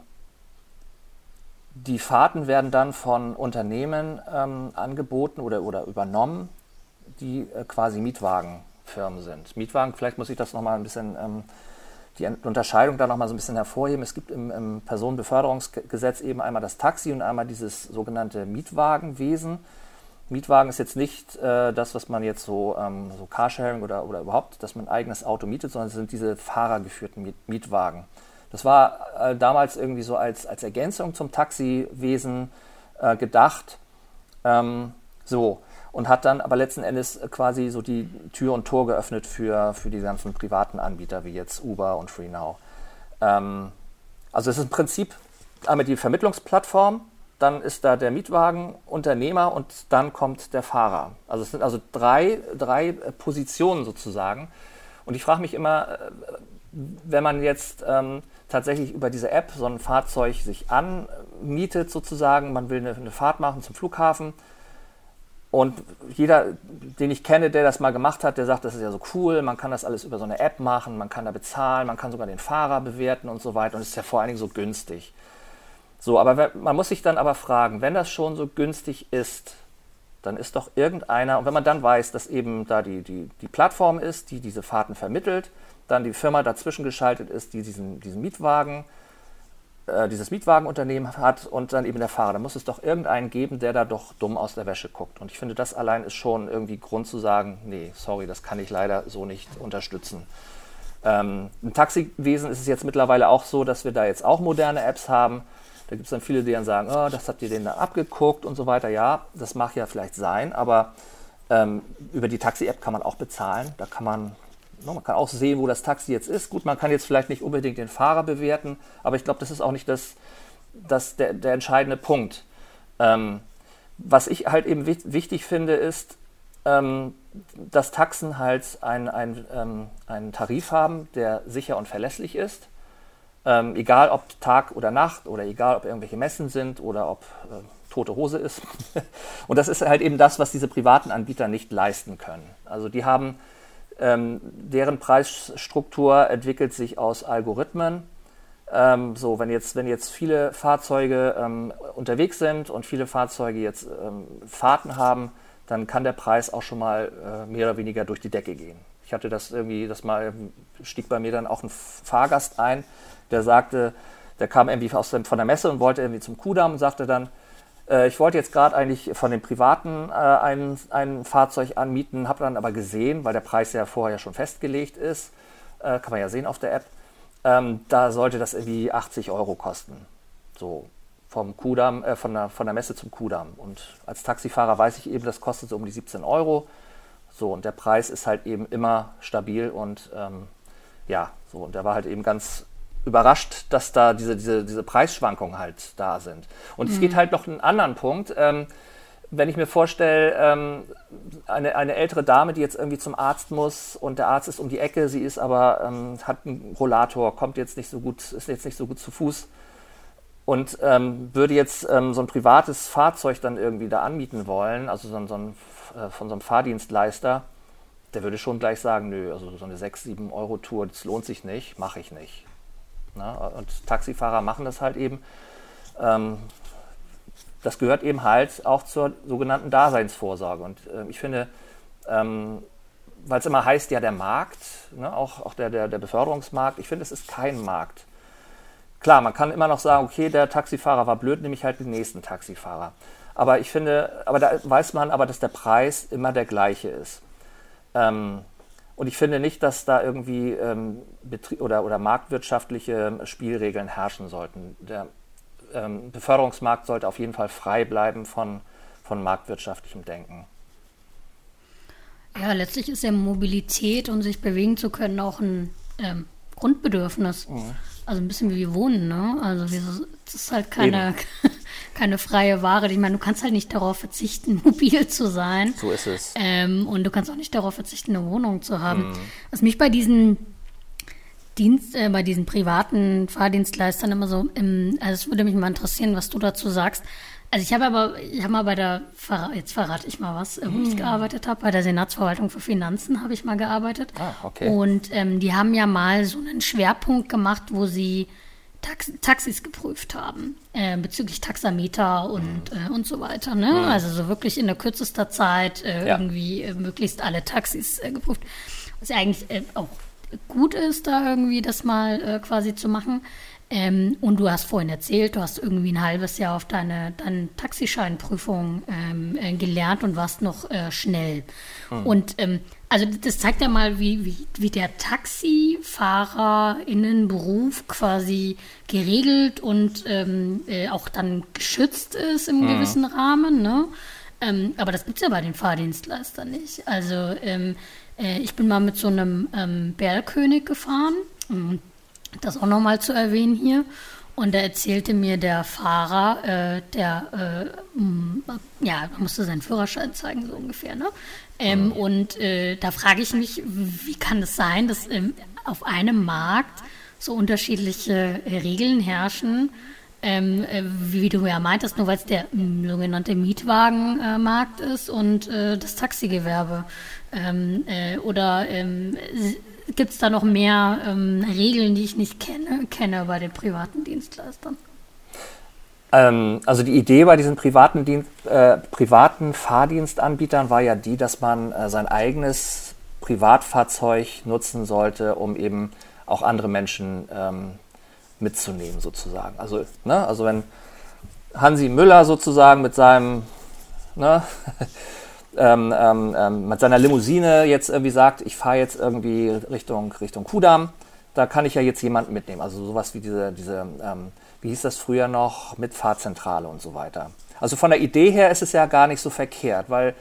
die Fahrten werden dann von Unternehmen ähm, angeboten oder, oder übernommen, die äh, quasi Mietwagen Firmen sind. Mietwagen, vielleicht muss ich das nochmal ein bisschen, ähm, die Unterscheidung da nochmal so ein bisschen hervorheben. Es gibt im, im Personenbeförderungsgesetz eben einmal das Taxi und einmal dieses sogenannte Mietwagenwesen. Mietwagen ist jetzt nicht äh, das, was man jetzt so, ähm, so Carsharing oder, oder überhaupt, dass man ein eigenes Auto mietet, sondern es sind diese fahrergeführten Miet- Mietwagen. Das war äh, damals irgendwie so als, als Ergänzung zum Taxiwesen äh, gedacht. Ähm, so. Und hat dann aber letzten Endes quasi so die Tür und Tor geöffnet für, für die ganzen privaten Anbieter, wie jetzt Uber und FreeNow. Ähm, also es ist im Prinzip einmal die Vermittlungsplattform, dann ist da der Mietwagenunternehmer und dann kommt der Fahrer. Also es sind also drei, drei Positionen sozusagen. Und ich frage mich immer, wenn man jetzt ähm, tatsächlich über diese App so ein Fahrzeug sich anmietet sozusagen, man will eine, eine Fahrt machen zum Flughafen, und jeder, den ich kenne, der das mal gemacht hat, der sagt, das ist ja so cool, man kann das alles über so eine App machen, man kann da bezahlen, man kann sogar den Fahrer bewerten und so weiter und es ist ja vor allen Dingen so günstig. So, aber man muss sich dann aber fragen, wenn das schon so günstig ist, dann ist doch irgendeiner, und wenn man dann weiß, dass eben da die, die, die Plattform ist, die diese Fahrten vermittelt, dann die Firma dazwischen geschaltet ist, die diesen, diesen Mietwagen dieses Mietwagenunternehmen hat und dann eben der Fahrer. Da muss es doch irgendeinen geben, der da doch dumm aus der Wäsche guckt. Und ich finde, das allein ist schon irgendwie Grund zu sagen, nee, sorry, das kann ich leider so nicht unterstützen. Ähm, Im Taxiwesen ist es jetzt mittlerweile auch so, dass wir da jetzt auch moderne Apps haben. Da gibt es dann viele, die dann sagen, oh, das habt ihr denen da abgeguckt und so weiter. Ja, das mag ja vielleicht sein, aber ähm, über die Taxi-App kann man auch bezahlen. Da kann man Man kann auch sehen, wo das Taxi jetzt ist. Gut, man kann jetzt vielleicht nicht unbedingt den Fahrer bewerten, aber ich glaube, das ist auch nicht das, das der, der entscheidende Punkt. Ähm, was ich halt eben wichtig finde, ist, ähm, dass Taxen halt ein, ein, ähm, einen Tarif haben, der sicher und verlässlich ist. Ähm, egal ob Tag oder Nacht oder egal ob irgendwelche Messen sind oder ob äh, tote Hose ist. Und das ist halt eben das, was diese privaten Anbieter nicht leisten können. Also die haben Ähm, deren Preisstruktur entwickelt sich aus Algorithmen. Ähm, so, wenn jetzt, wenn jetzt viele Fahrzeuge ähm, unterwegs sind und viele Fahrzeuge jetzt ähm, Fahrten haben, dann kann der Preis auch schon mal äh, mehr oder weniger durch die Decke gehen. Ich hatte das irgendwie, das mal stieg bei mir dann auch ein Fahrgast ein, der sagte, der kam irgendwie aus dem, von der Messe und wollte irgendwie zum Kudamm und sagte dann, ich wollte jetzt gerade eigentlich von den Privaten äh, ein, ein Fahrzeug anmieten, habe dann aber gesehen, weil der Preis ja vorher schon festgelegt ist, äh, kann man ja sehen auf der App, ähm, da sollte das irgendwie achtzig Euro kosten. So vom Kudamm, äh, von, der, von der Messe zum Kudamm. Und als Taxifahrer weiß ich eben, das kostet so um die siebzehn Euro. So, und der Preis ist halt eben immer stabil und ähm, ja, so, und der war halt eben ganz überrascht, dass da diese, diese, diese Preisschwankungen halt da sind. Und mhm. es geht halt noch einen anderen Punkt. Ähm, wenn ich mir vorstelle, ähm, eine, eine ältere Dame, die jetzt irgendwie zum Arzt muss und der Arzt ist um die Ecke, sie ist aber, ähm, hat einen Rollator, kommt jetzt nicht so gut, ist jetzt nicht so gut zu Fuß und ähm, würde jetzt ähm, so ein privates Fahrzeug dann irgendwie da anmieten wollen, also so, so ein, äh, von so einem Fahrdienstleister, der würde schon gleich sagen, nö, also so eine sechs, sieben Euro Tour, das lohnt sich nicht, mache ich nicht. Na, und Taxifahrer machen das halt eben. Ähm, Das gehört eben halt auch zur sogenannten Daseinsvorsorge. Und äh, ich finde, ähm, weil es immer heißt, ja, der Markt, ne, auch, auch der, der, der Beförderungsmarkt, ich finde, es ist kein Markt. Klar, man kann immer noch sagen, okay, der Taxifahrer war blöd, nehme ich halt den nächsten Taxifahrer. Aber ich finde, aber da weiß man aber, dass der Preis immer der gleiche ist. Ähm, und ich finde nicht, dass da irgendwie ähm, Betrie- oder, oder marktwirtschaftliche Spielregeln herrschen sollten. Der Ähm, Beförderungsmarkt sollte auf jeden Fall frei bleiben von, von marktwirtschaftlichem Denken. Ja, letztlich ist ja Mobilität und sich bewegen zu können auch ein ähm, Grundbedürfnis. Mhm. Also ein bisschen wie wir wohnen, ne? Also wir, das ist halt keine, keine freie Ware. Ich meine, du kannst halt nicht darauf verzichten, mobil zu sein. So ist es. Ähm, und du kannst auch nicht darauf verzichten, eine Wohnung zu haben. Mhm. Was mich bei diesen Dienst, äh, bei diesen privaten Fahrdienstleistern immer so, im, also es würde mich mal interessieren, was du dazu sagst. Also ich habe aber, ich habe mal bei der, jetzt verrate ich mal was, wo mm. ich gearbeitet habe, bei der Senatsverwaltung für Finanzen habe ich mal gearbeitet. Ah, okay. Und ähm, die haben ja mal so einen Schwerpunkt gemacht, wo sie Tax- Taxis geprüft haben, äh, bezüglich Taxameter und, mm. äh, und so weiter. Ne? Mm. Also so wirklich in der kürzester Zeit äh, ja. irgendwie äh, möglichst alle Taxis äh, geprüft. Was ja eigentlich äh, auch gut ist, da irgendwie das mal äh, quasi zu machen. Ähm, und du hast vorhin erzählt, du hast irgendwie ein halbes Jahr auf deine, deine Taxischeinprüfung ähm, äh, gelernt und warst noch äh, schnell. Hm. Und ähm, also das zeigt ja mal, wie, wie, wie der TaxifahrerInnenberuf quasi geregelt und ähm, äh, auch dann geschützt ist im hm. gewissen Rahmen. Ne? Ähm, aber das gibt es ja bei den Fahrdienstleistern nicht. Also ähm, ich bin mal mit so einem ähm, Bergkönig gefahren, um das auch nochmal zu erwähnen hier. Und da erzählte mir der Fahrer, äh, der, äh, m, ja, man musste seinen Führerschein zeigen, so ungefähr, ne? Ähm, mhm. Und äh, da frage ich mich, wie kann es sein, dass ähm, auf einem Markt so unterschiedliche äh, Regeln herrschen, Ähm, äh, wie du ja meintest, nur weil es der m, sogenannte Mietwagenmarkt äh, ist und äh, das Taxigewerbe. Ähm, äh, oder ähm, gibt es da noch mehr ähm, Regeln, die ich nicht kenne, kenne bei den privaten Dienstleistern? Ähm, also die Idee bei diesen privaten, Dienst, äh, privaten Fahrdienstanbietern war ja die, dass man äh, sein eigenes Privatfahrzeug nutzen sollte, um eben auch andere Menschen ähm, mitzunehmen sozusagen. Also, ne, also wenn Hansi Müller sozusagen mit seinem, ne, ähm, ähm, mit seiner Limousine jetzt irgendwie sagt, ich fahre jetzt irgendwie Richtung, Richtung Kudamm, da kann ich ja jetzt jemanden mitnehmen. Also sowas wie diese, diese ähm, wie hieß das früher noch, Mitfahrzentrale und so weiter. Also von der Idee her ist es ja gar nicht so verkehrt, weil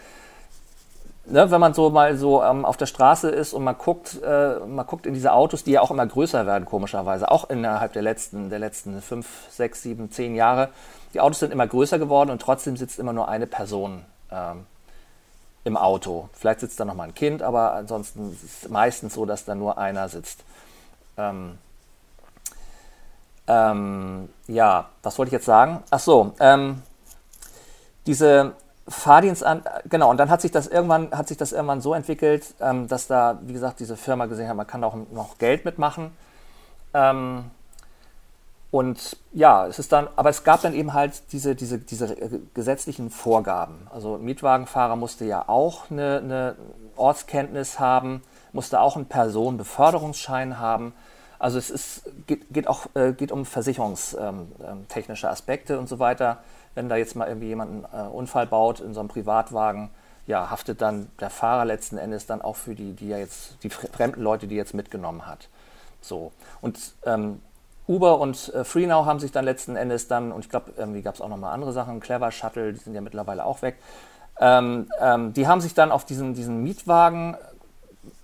Ne, wenn man so mal so ähm, auf der Straße ist und man guckt, äh, man guckt in diese Autos, die ja auch immer größer werden, komischerweise, auch innerhalb der letzten, der letzten fünf, sechs, sieben, zehn Jahre. Die Autos sind immer größer geworden und trotzdem sitzt immer nur eine Person ähm, im Auto. Vielleicht sitzt da noch mal ein Kind, aber ansonsten ist es meistens so, dass da nur einer sitzt. Ähm, ähm, ja, was wollte ich jetzt sagen? Ach so, ähm, diese Fahrdienst an, genau, und dann hat sich das irgendwann, hat sich das irgendwann so entwickelt, ähm, dass da, wie gesagt, diese Firma gesehen hat, man kann da auch noch Geld mitmachen. Ähm, und ja, es ist dann, aber es gab dann eben halt diese, diese, diese gesetzlichen Vorgaben. Also ein Mietwagenfahrer musste ja auch eine, eine Ortskenntnis haben, musste auch einen Personenbeförderungsschein haben. Also es ist, geht, geht auch äh, geht um versicherungstechnische Aspekte und so weiter. Wenn da jetzt mal irgendwie jemand einen äh, Unfall baut in so einem Privatwagen, ja, haftet dann der Fahrer letzten Endes dann auch für die, die er jetzt, die fremden Leute, die er jetzt mitgenommen hat. So. Und ähm, Uber und äh, Freenow haben sich dann letzten Endes dann, und ich glaube, irgendwie gab es auch nochmal andere Sachen, Clever Shuttle, die sind ja mittlerweile auch weg, ähm, ähm, die haben sich dann auf diesen, diesen Mietwagen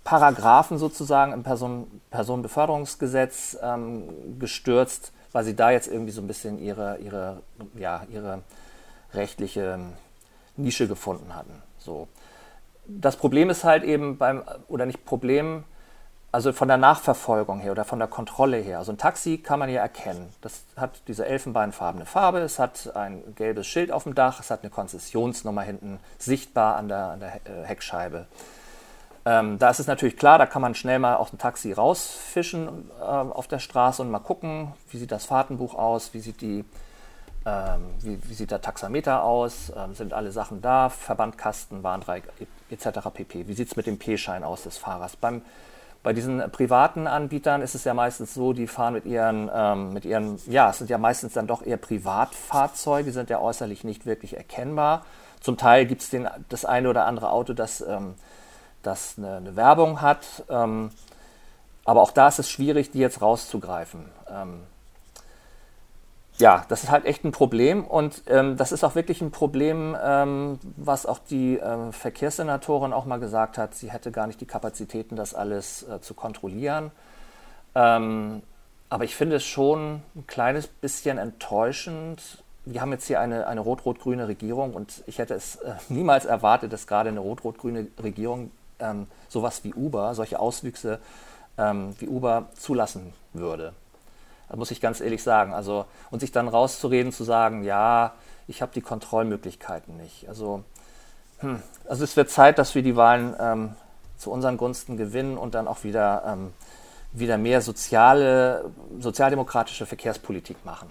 Paragraphen sozusagen im Person, Personenbeförderungsgesetz ähm, gestürzt, weil sie da jetzt irgendwie so ein bisschen ihre, ihre, ja, ihre rechtliche Nische gefunden hatten. So. Das Problem ist halt eben beim, oder nicht Problem, also von der Nachverfolgung her oder von der Kontrolle her. Also ein Taxi kann man ja erkennen. Das hat diese elfenbeinfarbene Farbe, es hat ein gelbes Schild auf dem Dach, es hat eine Konzessionsnummer hinten sichtbar an der, an der Heckscheibe. Ähm, da ist es natürlich klar, da kann man schnell mal aus dem Taxi rausfischen äh, auf der Straße und mal gucken, wie sieht das Fahrtenbuch aus, wie sieht, die, ähm, wie, wie sieht der Taxameter aus, ähm, sind alle Sachen da, Verbandkasten, Warndreieck et cetera pp. Wie sieht es mit dem P-Schein aus des Fahrers? Beim, bei diesen privaten Anbietern ist es ja meistens so, die fahren mit ihren, ähm, mit ihren, ja, es sind ja meistens dann doch eher Privatfahrzeuge, die sind ja äußerlich nicht wirklich erkennbar. Zum Teil gibt es das eine oder andere Auto, das ähm, das eine, eine Werbung hat, ähm, aber auch da ist es schwierig, die jetzt rauszugreifen. Ähm, ja, das ist halt echt ein Problem und ähm, das ist auch wirklich ein Problem, ähm, was auch die ähm, Verkehrssenatorin auch mal gesagt hat, sie hätte gar nicht die Kapazitäten, das alles äh, zu kontrollieren. Ähm, aber ich finde es schon ein kleines bisschen enttäuschend. Wir haben jetzt hier eine, eine rot-rot-grüne Regierung und ich hätte es äh, niemals erwartet, dass gerade eine rot-rot-grüne Regierung ähm, sowas wie Uber, solche Auswüchse ähm, wie Uber zulassen würde. Da muss ich ganz ehrlich sagen. Also, und sich dann rauszureden, zu sagen, ja, ich habe die Kontrollmöglichkeiten nicht. Also, hm, also es wird Zeit, dass wir die Wahlen ähm, zu unseren Gunsten gewinnen und dann auch wieder, ähm, wieder mehr soziale, sozialdemokratische Verkehrspolitik machen.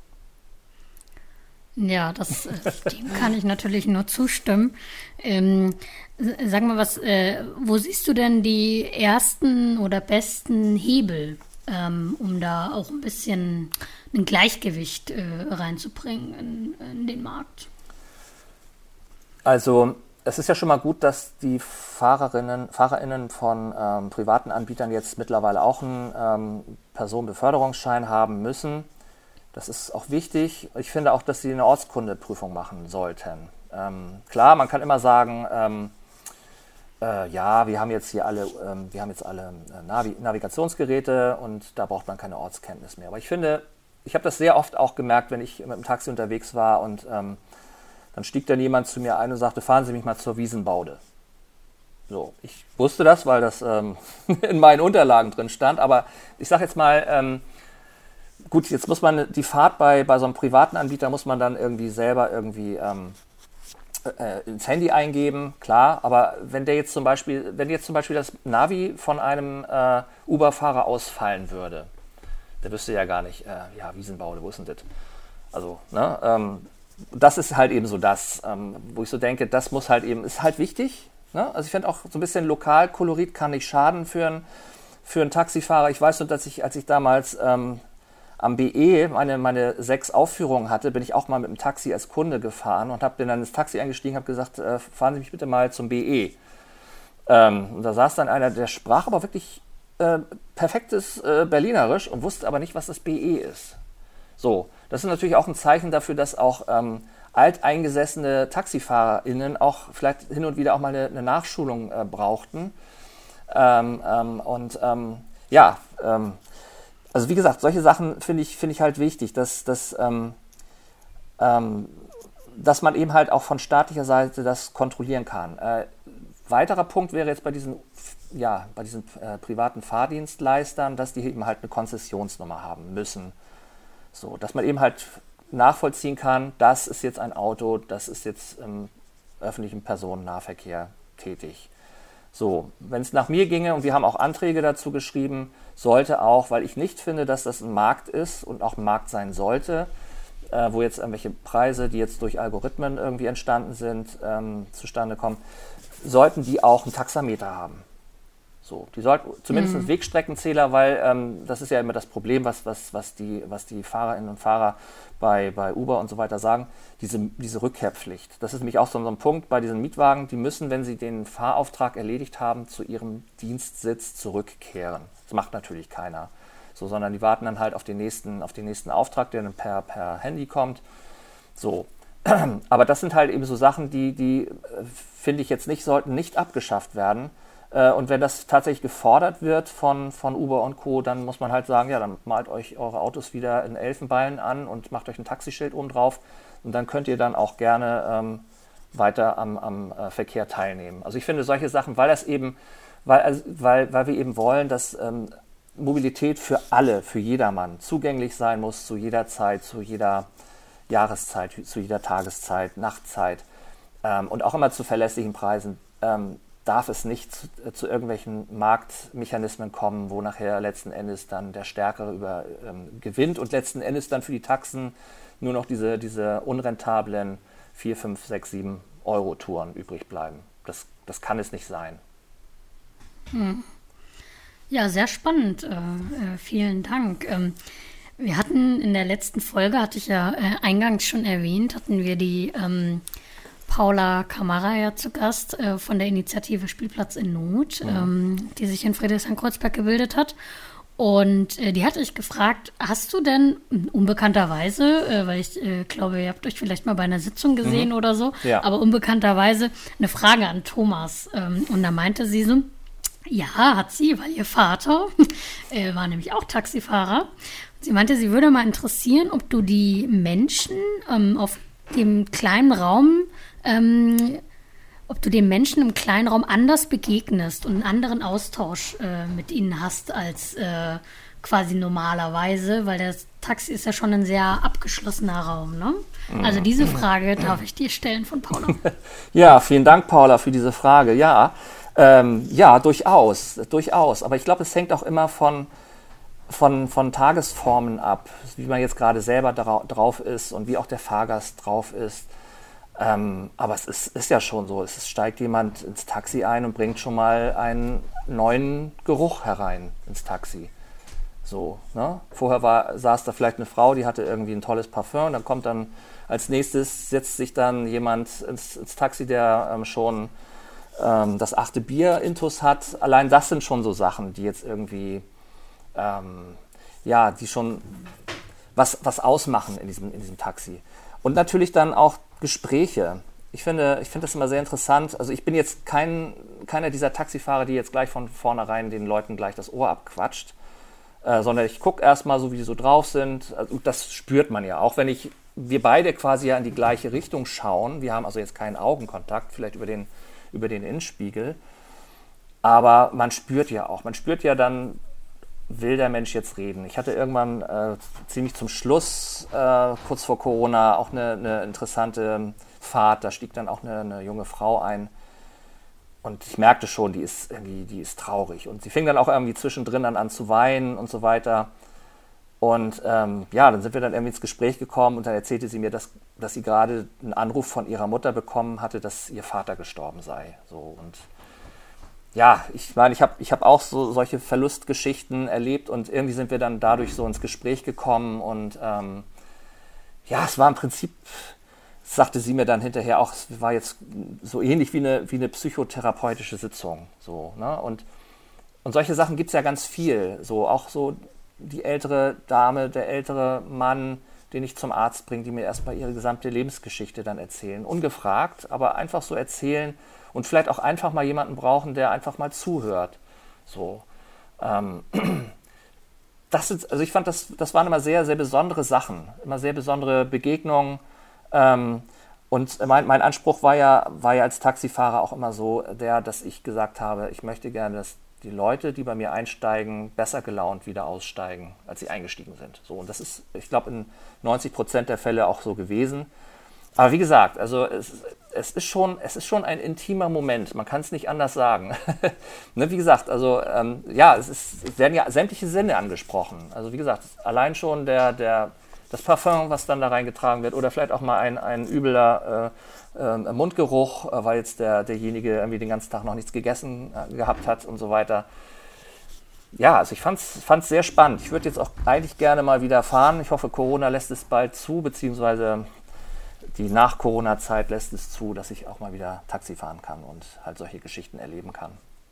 Ja, das, dem kann ich natürlich nur zustimmen. Ähm, sag mal, was, äh, wo siehst du denn die ersten oder besten Hebel, ähm, um da auch ein bisschen ein Gleichgewicht äh, reinzubringen in, in den Markt? Also es ist ja schon mal gut, dass die Fahrerinnen, FahrerInnen von ähm, privaten Anbietern jetzt mittlerweile auch einen ähm, Personenbeförderungsschein haben müssen. Das ist auch wichtig. Ich finde auch, dass sie eine Ortskundeprüfung machen sollten. Ähm, klar, man kann immer sagen, ähm, äh, ja, wir haben jetzt hier alle, ähm, wir haben jetzt alle äh, Navi- Navigationsgeräte und da braucht man keine Ortskenntnis mehr. Aber ich finde, ich habe das sehr oft auch gemerkt, wenn ich mit dem Taxi unterwegs war und ähm, dann stieg dann jemand zu mir ein und sagte, fahren Sie mich mal zur Wiesenbaude. So, ich wusste das, weil das ähm, in meinen Unterlagen drin stand, aber ich sage jetzt mal, ähm, gut, jetzt muss man die Fahrt bei, bei so einem privaten Anbieter muss man dann irgendwie selber irgendwie ähm, äh, ins Handy eingeben, klar, aber wenn der jetzt zum Beispiel, wenn jetzt zum Beispiel das Navi von einem äh, Uber-Fahrer ausfallen würde, der wüsste ja gar nicht, äh, ja, Wiesenbaude, wo ist denn das? Also, ne, ähm, das ist halt eben so das, ähm, wo ich so denke, das muss halt eben, ist halt wichtig, ne? Also ich finde auch so ein bisschen Lokalkolorit kann nicht schaden für, ein, für einen Taxifahrer. Ich weiß nur, dass ich, als ich damals ähm, am B E meine, meine sechs Aufführungen hatte, bin ich auch mal mit dem Taxi als Kunde gefahren und habe dann ins Taxi eingestiegen, habe gesagt, äh, fahren Sie mich bitte mal zum B E. Ähm, und da saß dann einer, der sprach aber wirklich äh, perfektes äh, Berlinerisch und wusste aber nicht, was das B E ist. So, das ist natürlich auch ein Zeichen dafür, dass auch ähm, alteingesessene TaxifahrerInnen auch vielleicht hin und wieder auch mal eine, eine Nachschulung äh, brauchten. Ähm, ähm, und ähm, ja, ähm, also wie gesagt, solche Sachen finde ich, finde ich halt wichtig, dass, dass, ähm, ähm, dass man eben halt auch von staatlicher Seite das kontrollieren kann. Äh, weiterer Punkt wäre jetzt bei diesen, ja, bei diesen äh, privaten Fahrdienstleistern, dass die eben halt eine Konzessionsnummer haben müssen. So, dass man eben halt nachvollziehen kann, das ist jetzt ein Auto, das ist jetzt im öffentlichen Personennahverkehr tätig. So, wenn es nach mir ginge, und wir haben auch Anträge dazu geschrieben, sollte auch, weil ich nicht finde, dass das ein Markt ist und auch ein Markt sein sollte, äh, wo jetzt irgendwelche Preise, die jetzt durch Algorithmen irgendwie entstanden sind, ähm, zustande kommen, sollten die auch einen Taxameter haben. So, die sollten zumindest mhm. einen Wegstreckenzähler, weil ähm, das ist ja immer das Problem, was, was, was, die, was die Fahrerinnen und Fahrer bei, bei Uber und so weiter sagen, diese, diese Rückkehrpflicht. Das ist nämlich auch so ein Punkt bei diesen Mietwagen, die müssen, wenn sie den Fahrauftrag erledigt haben, zu ihrem Dienstsitz zurückkehren. Das macht natürlich keiner. So, sondern die warten dann halt auf den nächsten, auf den nächsten Auftrag, der dann per, per Handy kommt. So. Aber das sind halt eben so Sachen, die, die finde ich jetzt nicht, sollten nicht abgeschafft werden. Äh, und wenn das tatsächlich gefordert wird von, von Uber und Co., dann muss man halt sagen, ja, dann malt euch eure Autos wieder in Elfenbein an und macht euch ein Taxischild oben drauf und dann könnt ihr dann auch gerne ähm, weiter am, am äh, Verkehr teilnehmen. Also ich finde solche Sachen, weil das eben, weil, also, weil, weil wir eben wollen, dass ähm, Mobilität für alle, für jedermann zugänglich sein muss, zu jeder Zeit, zu jeder Jahreszeit, zu jeder Tageszeit, Nachtzeit ähm, und auch immer zu verlässlichen Preisen, ähm, darf es nicht zu, äh, zu irgendwelchen Marktmechanismen kommen, wo nachher letzten Endes dann der Stärkere über, ähm, gewinnt und letzten Endes dann für die Taxen nur noch diese, diese unrentablen vier, fünf, sechs, sieben Euro Touren übrig bleiben. Das, das kann es nicht sein. Hm. Ja, sehr spannend. Äh, äh, vielen Dank. Ähm, wir hatten in der letzten Folge, hatte ich ja äh, eingangs schon erwähnt, hatten wir die ähm, Paula Kamara ja zu Gast äh, von der Initiative Spielplatz in Not, mhm. ähm, die sich in Friedrichshain-Kreuzberg gebildet hat. Und äh, die hatte ich gefragt, hast du denn unbekannterweise, äh, weil ich äh, glaube, ihr habt euch vielleicht mal bei einer Sitzung gesehen mhm. oder so, ja. aber unbekannterweise eine Frage an Thomas. Ähm, und da meinte sie so, ja, hat sie, weil ihr Vater äh, war nämlich auch Taxifahrer. Sie meinte, sie würde mal interessieren, ob du die Menschen ähm, auf dem kleinen Raum, ähm, ob du den Menschen im kleinen Raum anders begegnest und einen anderen Austausch äh, mit ihnen hast als äh, quasi normalerweise, weil das Taxi ist ja schon ein sehr abgeschlossener Raum, ne? Also diese Frage darf ich dir stellen von Paula. Ja, vielen Dank, Paula, für diese Frage. Ja, ähm, ja, durchaus, durchaus. Aber ich glaube, es hängt auch immer von Von, von Tagesformen ab, wie man jetzt gerade selber dra- drauf ist und wie auch der Fahrgast drauf ist. Ähm, aber es ist, ist ja schon so, es steigt jemand ins Taxi ein und bringt schon mal einen neuen Geruch herein ins Taxi. So, ne? Vorher war, saß da vielleicht eine Frau, die hatte irgendwie ein tolles Parfüm, dann kommt dann als nächstes, setzt sich dann jemand ins, ins Taxi, der ähm, schon ähm, das achte Bier intus hat. Allein das sind schon so Sachen, die jetzt irgendwie Ähm, ja, die schon was, was ausmachen in diesem, in diesem Taxi. Und natürlich dann auch Gespräche. Ich finde, ich finde das immer sehr interessant. Also ich bin jetzt kein, keiner dieser Taxifahrer, die jetzt gleich von vornherein den Leuten gleich das Ohr abquatscht, äh, sondern ich gucke erstmal so, wie die so drauf sind. Also das spürt man ja. Auch wenn ich, wir beide quasi ja in die gleiche Richtung schauen. Wir haben also jetzt keinen Augenkontakt, vielleicht über den, über den Innenspiegel. Aber man spürt ja auch, man spürt ja dann, will der Mensch jetzt reden? Ich hatte irgendwann äh, ziemlich zum Schluss, äh, kurz vor Corona, auch eine, eine interessante Fahrt. Da stieg dann auch eine, eine junge Frau ein. Und ich merkte schon, die ist irgendwie, die ist traurig. Und sie fing dann auch irgendwie zwischendrin an, an zu weinen und so weiter. Und ähm, ja, dann sind wir dann irgendwie ins Gespräch gekommen und dann erzählte sie mir, dass, dass sie gerade einen Anruf von ihrer Mutter bekommen hatte, dass ihr Vater gestorben sei. So, und ja, ich meine, ich habe ich hab auch so solche Verlustgeschichten erlebt und irgendwie sind wir dann dadurch so ins Gespräch gekommen und ähm, ja, es war im Prinzip, sagte sie mir dann hinterher auch, es war jetzt so ähnlich wie eine, wie eine psychotherapeutische Sitzung. So, ne? Und, und solche Sachen gibt es ja ganz viel. So, auch so die ältere Dame, der ältere Mann, den ich zum Arzt bringe, die mir erstmal ihre gesamte Lebensgeschichte dann erzählen. Ungefragt, aber einfach so erzählen. Und vielleicht auch einfach mal jemanden brauchen, der einfach mal zuhört. So. Ähm, das ist, also ich fand, das, das waren immer sehr, sehr besondere Sachen, immer sehr besondere Begegnungen. Ähm, und mein, mein Anspruch war ja, war ja als Taxifahrer auch immer so, der, dass ich gesagt habe, ich möchte gerne, dass die Leute, die bei mir einsteigen, besser gelaunt wieder aussteigen, als sie eingestiegen sind. So, und das ist, ich glaube, in neunzig Prozent der Fälle auch so gewesen. Aber wie gesagt, also es, es, ist schon, es ist schon ein intimer Moment, man kann es nicht anders sagen. Ne, wie gesagt, also ähm, ja, es, ist, es werden ja sämtliche Sinne angesprochen. Also wie gesagt, allein schon der, der, das Parfum, was dann da reingetragen wird, oder vielleicht auch mal ein, ein übler äh, äh, Mundgeruch, äh, weil jetzt der, derjenige irgendwie den ganzen Tag noch nichts gegessen äh, gehabt hat und so weiter. Ja, also ich fand es sehr spannend. Ich würde jetzt auch eigentlich gerne mal wieder fahren. Ich hoffe, Corona lässt es bald zu, beziehungsweise die Nach-Corona-Zeit lässt es zu, dass ich auch mal wieder Taxi fahren kann und halt solche Geschichten erleben kann.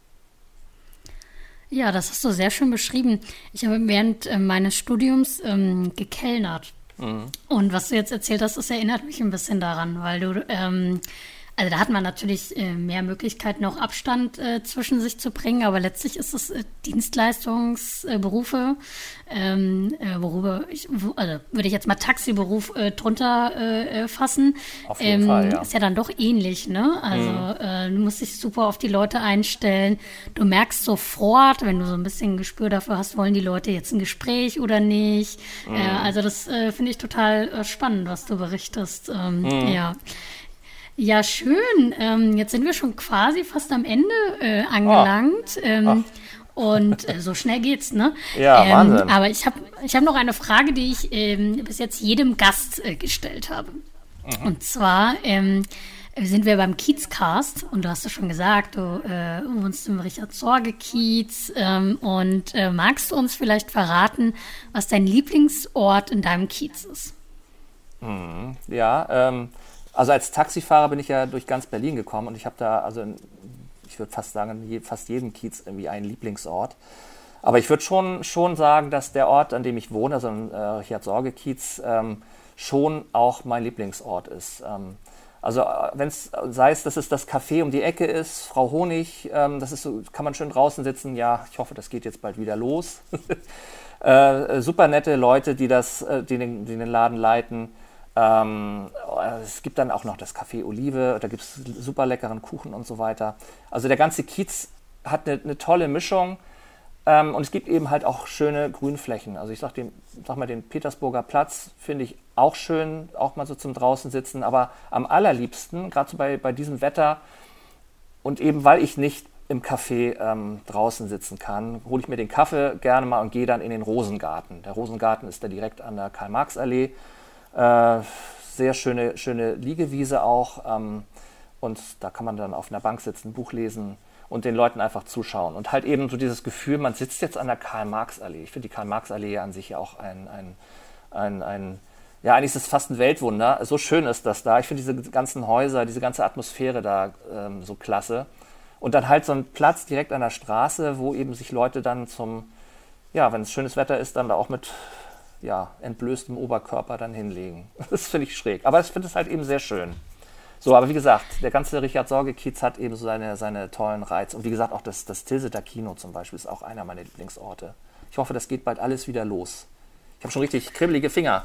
Ja, das hast du sehr schön beschrieben. Ich habe während äh, meines Studiums ähm, gekellnert. Mhm. Und was du jetzt erzählt hast, das erinnert mich ein bisschen daran, weil du ähm, Also da hat man natürlich äh, mehr Möglichkeiten, auch Abstand äh, zwischen sich zu bringen, aber letztlich ist es äh, Dienstleistungsberufe, äh, ähm, äh, worüber ich, wo, also würde ich jetzt mal Taxiberuf äh, drunter äh, fassen. Auf jeden ähm, Fall, ja. Ist ja dann doch ähnlich, ne? Also mhm. äh, du musst dich super auf die Leute einstellen. Du merkst sofort, wenn du so ein bisschen ein Gespür dafür hast, wollen die Leute jetzt ein Gespräch oder nicht. Mhm. Äh, also das äh, finde ich total äh, spannend, was du berichtest. Ähm, mhm. Ja. Ja, schön. Ähm, jetzt sind wir schon quasi fast am Ende äh, angelangt. Oh. Ähm, und äh, so schnell geht's, ne? Ja, ähm, Wahnsinn. Aber ich habe ich hab noch eine Frage, die ich ähm, bis jetzt jedem Gast äh, gestellt habe. Mhm. Und zwar ähm, sind wir beim Kiezcast. Und du hast ja schon gesagt, du äh, wohnst im Richard-Sorge-Kiez. Ähm, und äh, magst du uns vielleicht verraten, was dein Lieblingsort in deinem Kiez ist? Mhm. Ja, ähm... Also als Taxifahrer bin ich ja durch ganz Berlin gekommen und ich habe da, also in, ich würde fast sagen, in je, fast jedem Kiez irgendwie einen Lieblingsort. Aber ich würde schon, schon sagen, dass der Ort, an dem ich wohne, also in äh, Richard-Sorge-Kiez, ähm, schon auch mein Lieblingsort ist. Ähm, also wenn es, sei es, dass es das Café um die Ecke ist, Frau Honig, ähm, das ist so, kann man schön draußen sitzen. Ja, ich hoffe, das geht jetzt bald wieder los. äh, super nette Leute, die, das, äh, die, den, die den Laden leiten. Ähm, es gibt dann auch noch das Café Olive, da gibt es super leckeren Kuchen und so weiter. Also der ganze Kiez hat eine, eine tolle Mischung ähm, und es gibt eben halt auch schöne Grünflächen. Also ich sag, den, sag mal, den Petersburger Platz finde ich auch schön, auch mal so zum draußen sitzen, aber am allerliebsten, gerade so bei, bei diesem Wetter und eben weil ich nicht im Café ähm, draußen sitzen kann, hole ich mir den Kaffee gerne mal und gehe dann in den Rosengarten. Der Rosengarten ist da direkt an der Karl-Marx-Allee. Äh, sehr schöne, schöne Liegewiese auch ähm, und da kann man dann auf einer Bank sitzen, ein Buch lesen und den Leuten einfach zuschauen und halt eben so dieses Gefühl, man sitzt jetzt an der Karl-Marx-Allee. Ich finde die Karl-Marx-Allee an sich ja auch ein, ein, ein, ein, ja eigentlich ist es fast ein Weltwunder, so schön ist das da. Ich finde diese ganzen Häuser, diese ganze Atmosphäre da ähm, so klasse und dann halt so ein Platz direkt an der Straße, wo eben sich Leute dann zum, ja, wenn es schönes Wetter ist, dann da auch mit ja, entblößtem Oberkörper dann hinlegen. Das finde ich schräg. Aber ich finde es halt eben sehr schön. So, aber wie gesagt, der ganze Richard-Sorge-Kiez hat eben so seine, seine tollen Reize. Und wie gesagt, auch das, das Tilsiter Kino zum Beispiel ist auch einer meiner Lieblingsorte. Ich hoffe, das geht bald alles wieder los. Ich habe schon richtig kribbelige Finger.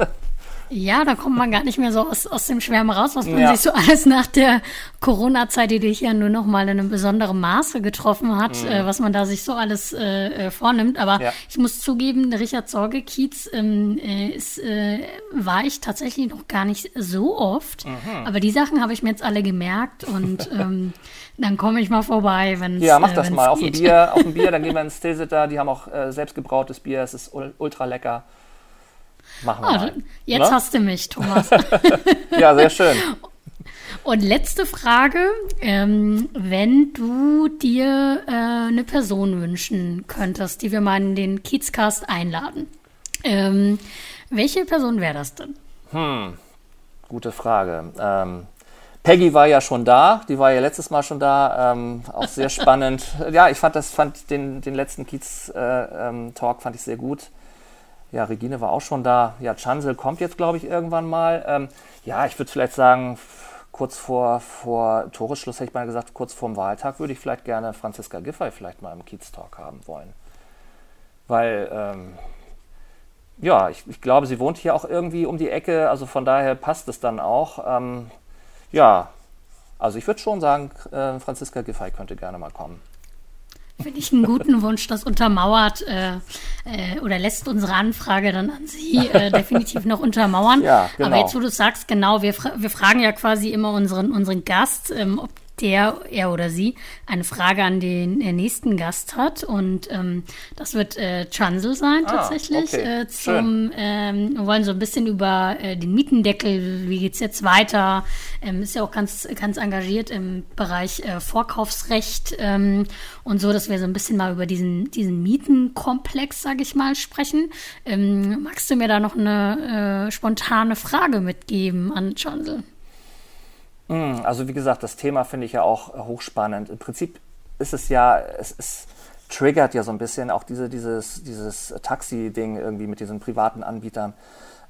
Ja, da kommt man gar nicht mehr so aus, aus dem Schwärmen raus, was man ja. sich so alles nach der Corona-Zeit, die dich ja nur noch mal in einem besonderen Maße getroffen hat, mhm. äh, was man da sich so alles äh, vornimmt. Aber ja. ich muss zugeben, der Richard-Sorge-Kiez ähm, ist, äh, war ich tatsächlich noch gar nicht so oft. Mhm. Aber die Sachen habe ich mir jetzt alle gemerkt und ähm, dann komme ich mal vorbei, wenn es geht. Ja, mach das äh, mal. Auf ein Bier, auf ein Bier, dann gehen wir ins Tilsiter. Die haben auch äh, selbstgebrautes Bier. Es ist ultra lecker. Machen wir ah, mal. Jetzt ne? Hast du mich, Thomas. Ja, sehr schön. Und letzte Frage. Ähm, wenn du dir äh, eine Person wünschen könntest, die wir mal in den Kiezcast einladen, ähm, welche Person wäre das denn? Hm, gute Frage. Ähm, Peggy war ja schon da, die war ja letztes Mal schon da, ähm, auch sehr spannend. Ja, ich fand das, fand den, den letzten Kiez-Talk äh, ähm, fand ich sehr gut. Ja, Regine war auch schon da. Ja, Chansel kommt jetzt, glaube ich, irgendwann mal. Ähm, ja, ich würde vielleicht sagen, kurz vor, vor Toresschluss, hätte ich mal gesagt, kurz vorm Wahltag würde ich vielleicht gerne Franziska Giffey vielleicht mal im Kiez-Talk haben wollen. Weil, ähm, ja, ich, ich glaube, sie wohnt hier auch irgendwie um die Ecke, also von daher passt es dann auch. Ähm, ja, also ich würde schon sagen, äh, Franziska Giffey könnte gerne mal kommen. Finde ich einen guten Wunsch, das untermauert äh, äh, oder lässt unsere Anfrage dann an Sie äh, definitiv noch untermauern. Ja, genau. Aber jetzt, wo du sagst, genau, wir, fra- wir fragen ja quasi immer unseren, unseren Gast, ähm, ob der, er oder sie, eine Frage an den äh, nächsten Gast hat. Und ähm, das wird äh, Chansel sein ah, tatsächlich. Okay. Äh, zum, ähm, wir wollen so ein bisschen über äh, den Mietendeckel, wie geht's jetzt weiter? Ähm, ist ja auch ganz, ganz engagiert im Bereich äh, Vorkaufsrecht ähm, und so, dass wir so ein bisschen mal über diesen, diesen Mietenkomplex, sage ich mal, sprechen. Ähm, magst du mir da noch eine äh, spontane Frage mitgeben an Chansel? Also wie gesagt, das Thema finde ich ja auch hochspannend. Im Prinzip ist es ja, es, es triggert ja so ein bisschen auch diese, dieses, dieses Taxi-Ding irgendwie mit diesen privaten Anbietern.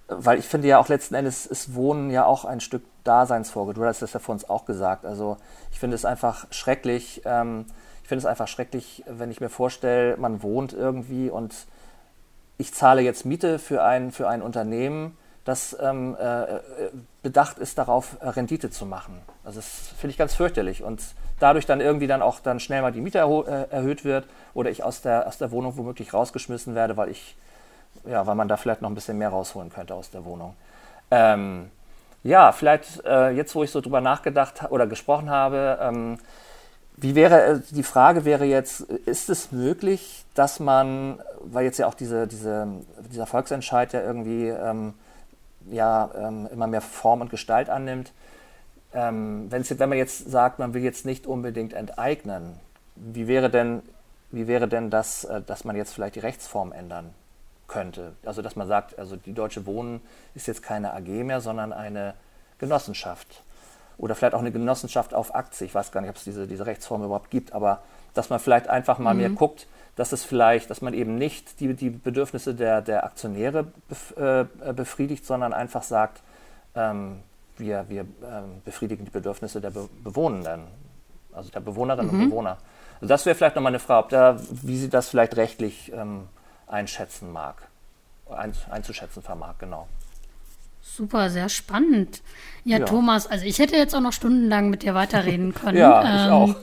weil ich finde ja auch letzten Endes ist Wohnen ja auch ein Stück Daseinsvorsorge. Du hast das ja vor uns auch gesagt. Also ich finde es einfach schrecklich, ähm, ich finde es einfach schrecklich, wenn ich mir vorstelle, man wohnt irgendwie und ich zahle jetzt Miete für ein, für ein Unternehmen, das ähm, äh, bedacht ist darauf, Rendite zu machen. Also das finde ich ganz fürchterlich. Und dadurch dann irgendwie dann auch dann schnell mal die Miete erho- äh, erhöht wird oder ich aus der, aus der Wohnung womöglich rausgeschmissen werde, weil ich, ja, weil man da vielleicht noch ein bisschen mehr rausholen könnte aus der Wohnung. Ähm, ja, vielleicht äh, jetzt, wo ich so drüber nachgedacht ha- oder gesprochen habe, ähm, wie wäre, äh, die Frage wäre jetzt, ist es möglich, dass man, weil jetzt ja auch diese, diese, dieser Volksentscheid ja irgendwie ähm, ja, ähm, immer mehr Form und Gestalt annimmt, ähm, wenn's, wenn man jetzt sagt, man will jetzt nicht unbedingt enteignen, wie wäre denn, wie wäre denn das, äh, dass man jetzt vielleicht die Rechtsform ändern könnte? Also dass man sagt, also die Deutsche Wohnen ist jetzt keine A G mehr, sondern eine Genossenschaft. Oder vielleicht auch eine Genossenschaft auf Aktie. Ich weiß gar nicht, ob es diese, diese Rechtsform überhaupt gibt, aber dass man vielleicht einfach mal mhm. mehr guckt, dass es vielleicht, dass man eben nicht die, die Bedürfnisse der, der Aktionäre bef, äh, befriedigt, sondern einfach sagt, ähm, wir, wir ähm, befriedigen die Bedürfnisse der Be- Bewohnenden, also der Bewohnerinnen mhm. und Bewohner. Also das wäre vielleicht nochmal eine Frage, ob da, wie sie das vielleicht rechtlich ähm, einschätzen mag, ein, einzuschätzen vermag, genau. Super, sehr spannend. Ja, ja, Thomas, also ich hätte jetzt auch noch stundenlang mit dir weiterreden können. Ja, ich ähm, auch.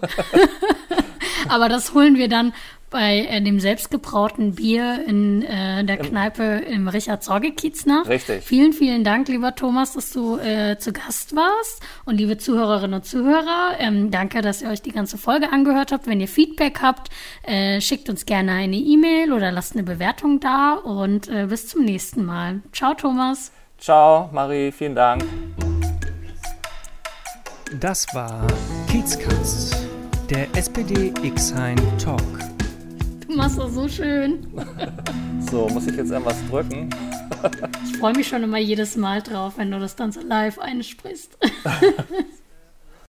Aber das holen wir dann bei äh, dem selbstgebrauten Bier in äh, der Im, Kneipe im Richard-Sorge-Kiez nach. Richtig. Vielen, vielen Dank, lieber Thomas, dass du äh, zu Gast warst. Und liebe Zuhörerinnen und Zuhörer, ähm, danke, dass ihr euch die ganze Folge angehört habt. Wenn ihr Feedback habt, äh, schickt uns gerne eine E-Mail oder lasst eine Bewertung da. Und äh, bis zum nächsten Mal. Ciao, Thomas. Ciao, Marie, vielen Dank. Das war Kiezcast, der S P D Xhain Talk. Du machst das so schön. So, muss ich jetzt irgendwas drücken? Ich freue mich schon immer jedes Mal drauf, wenn du das dann so live einsprichst.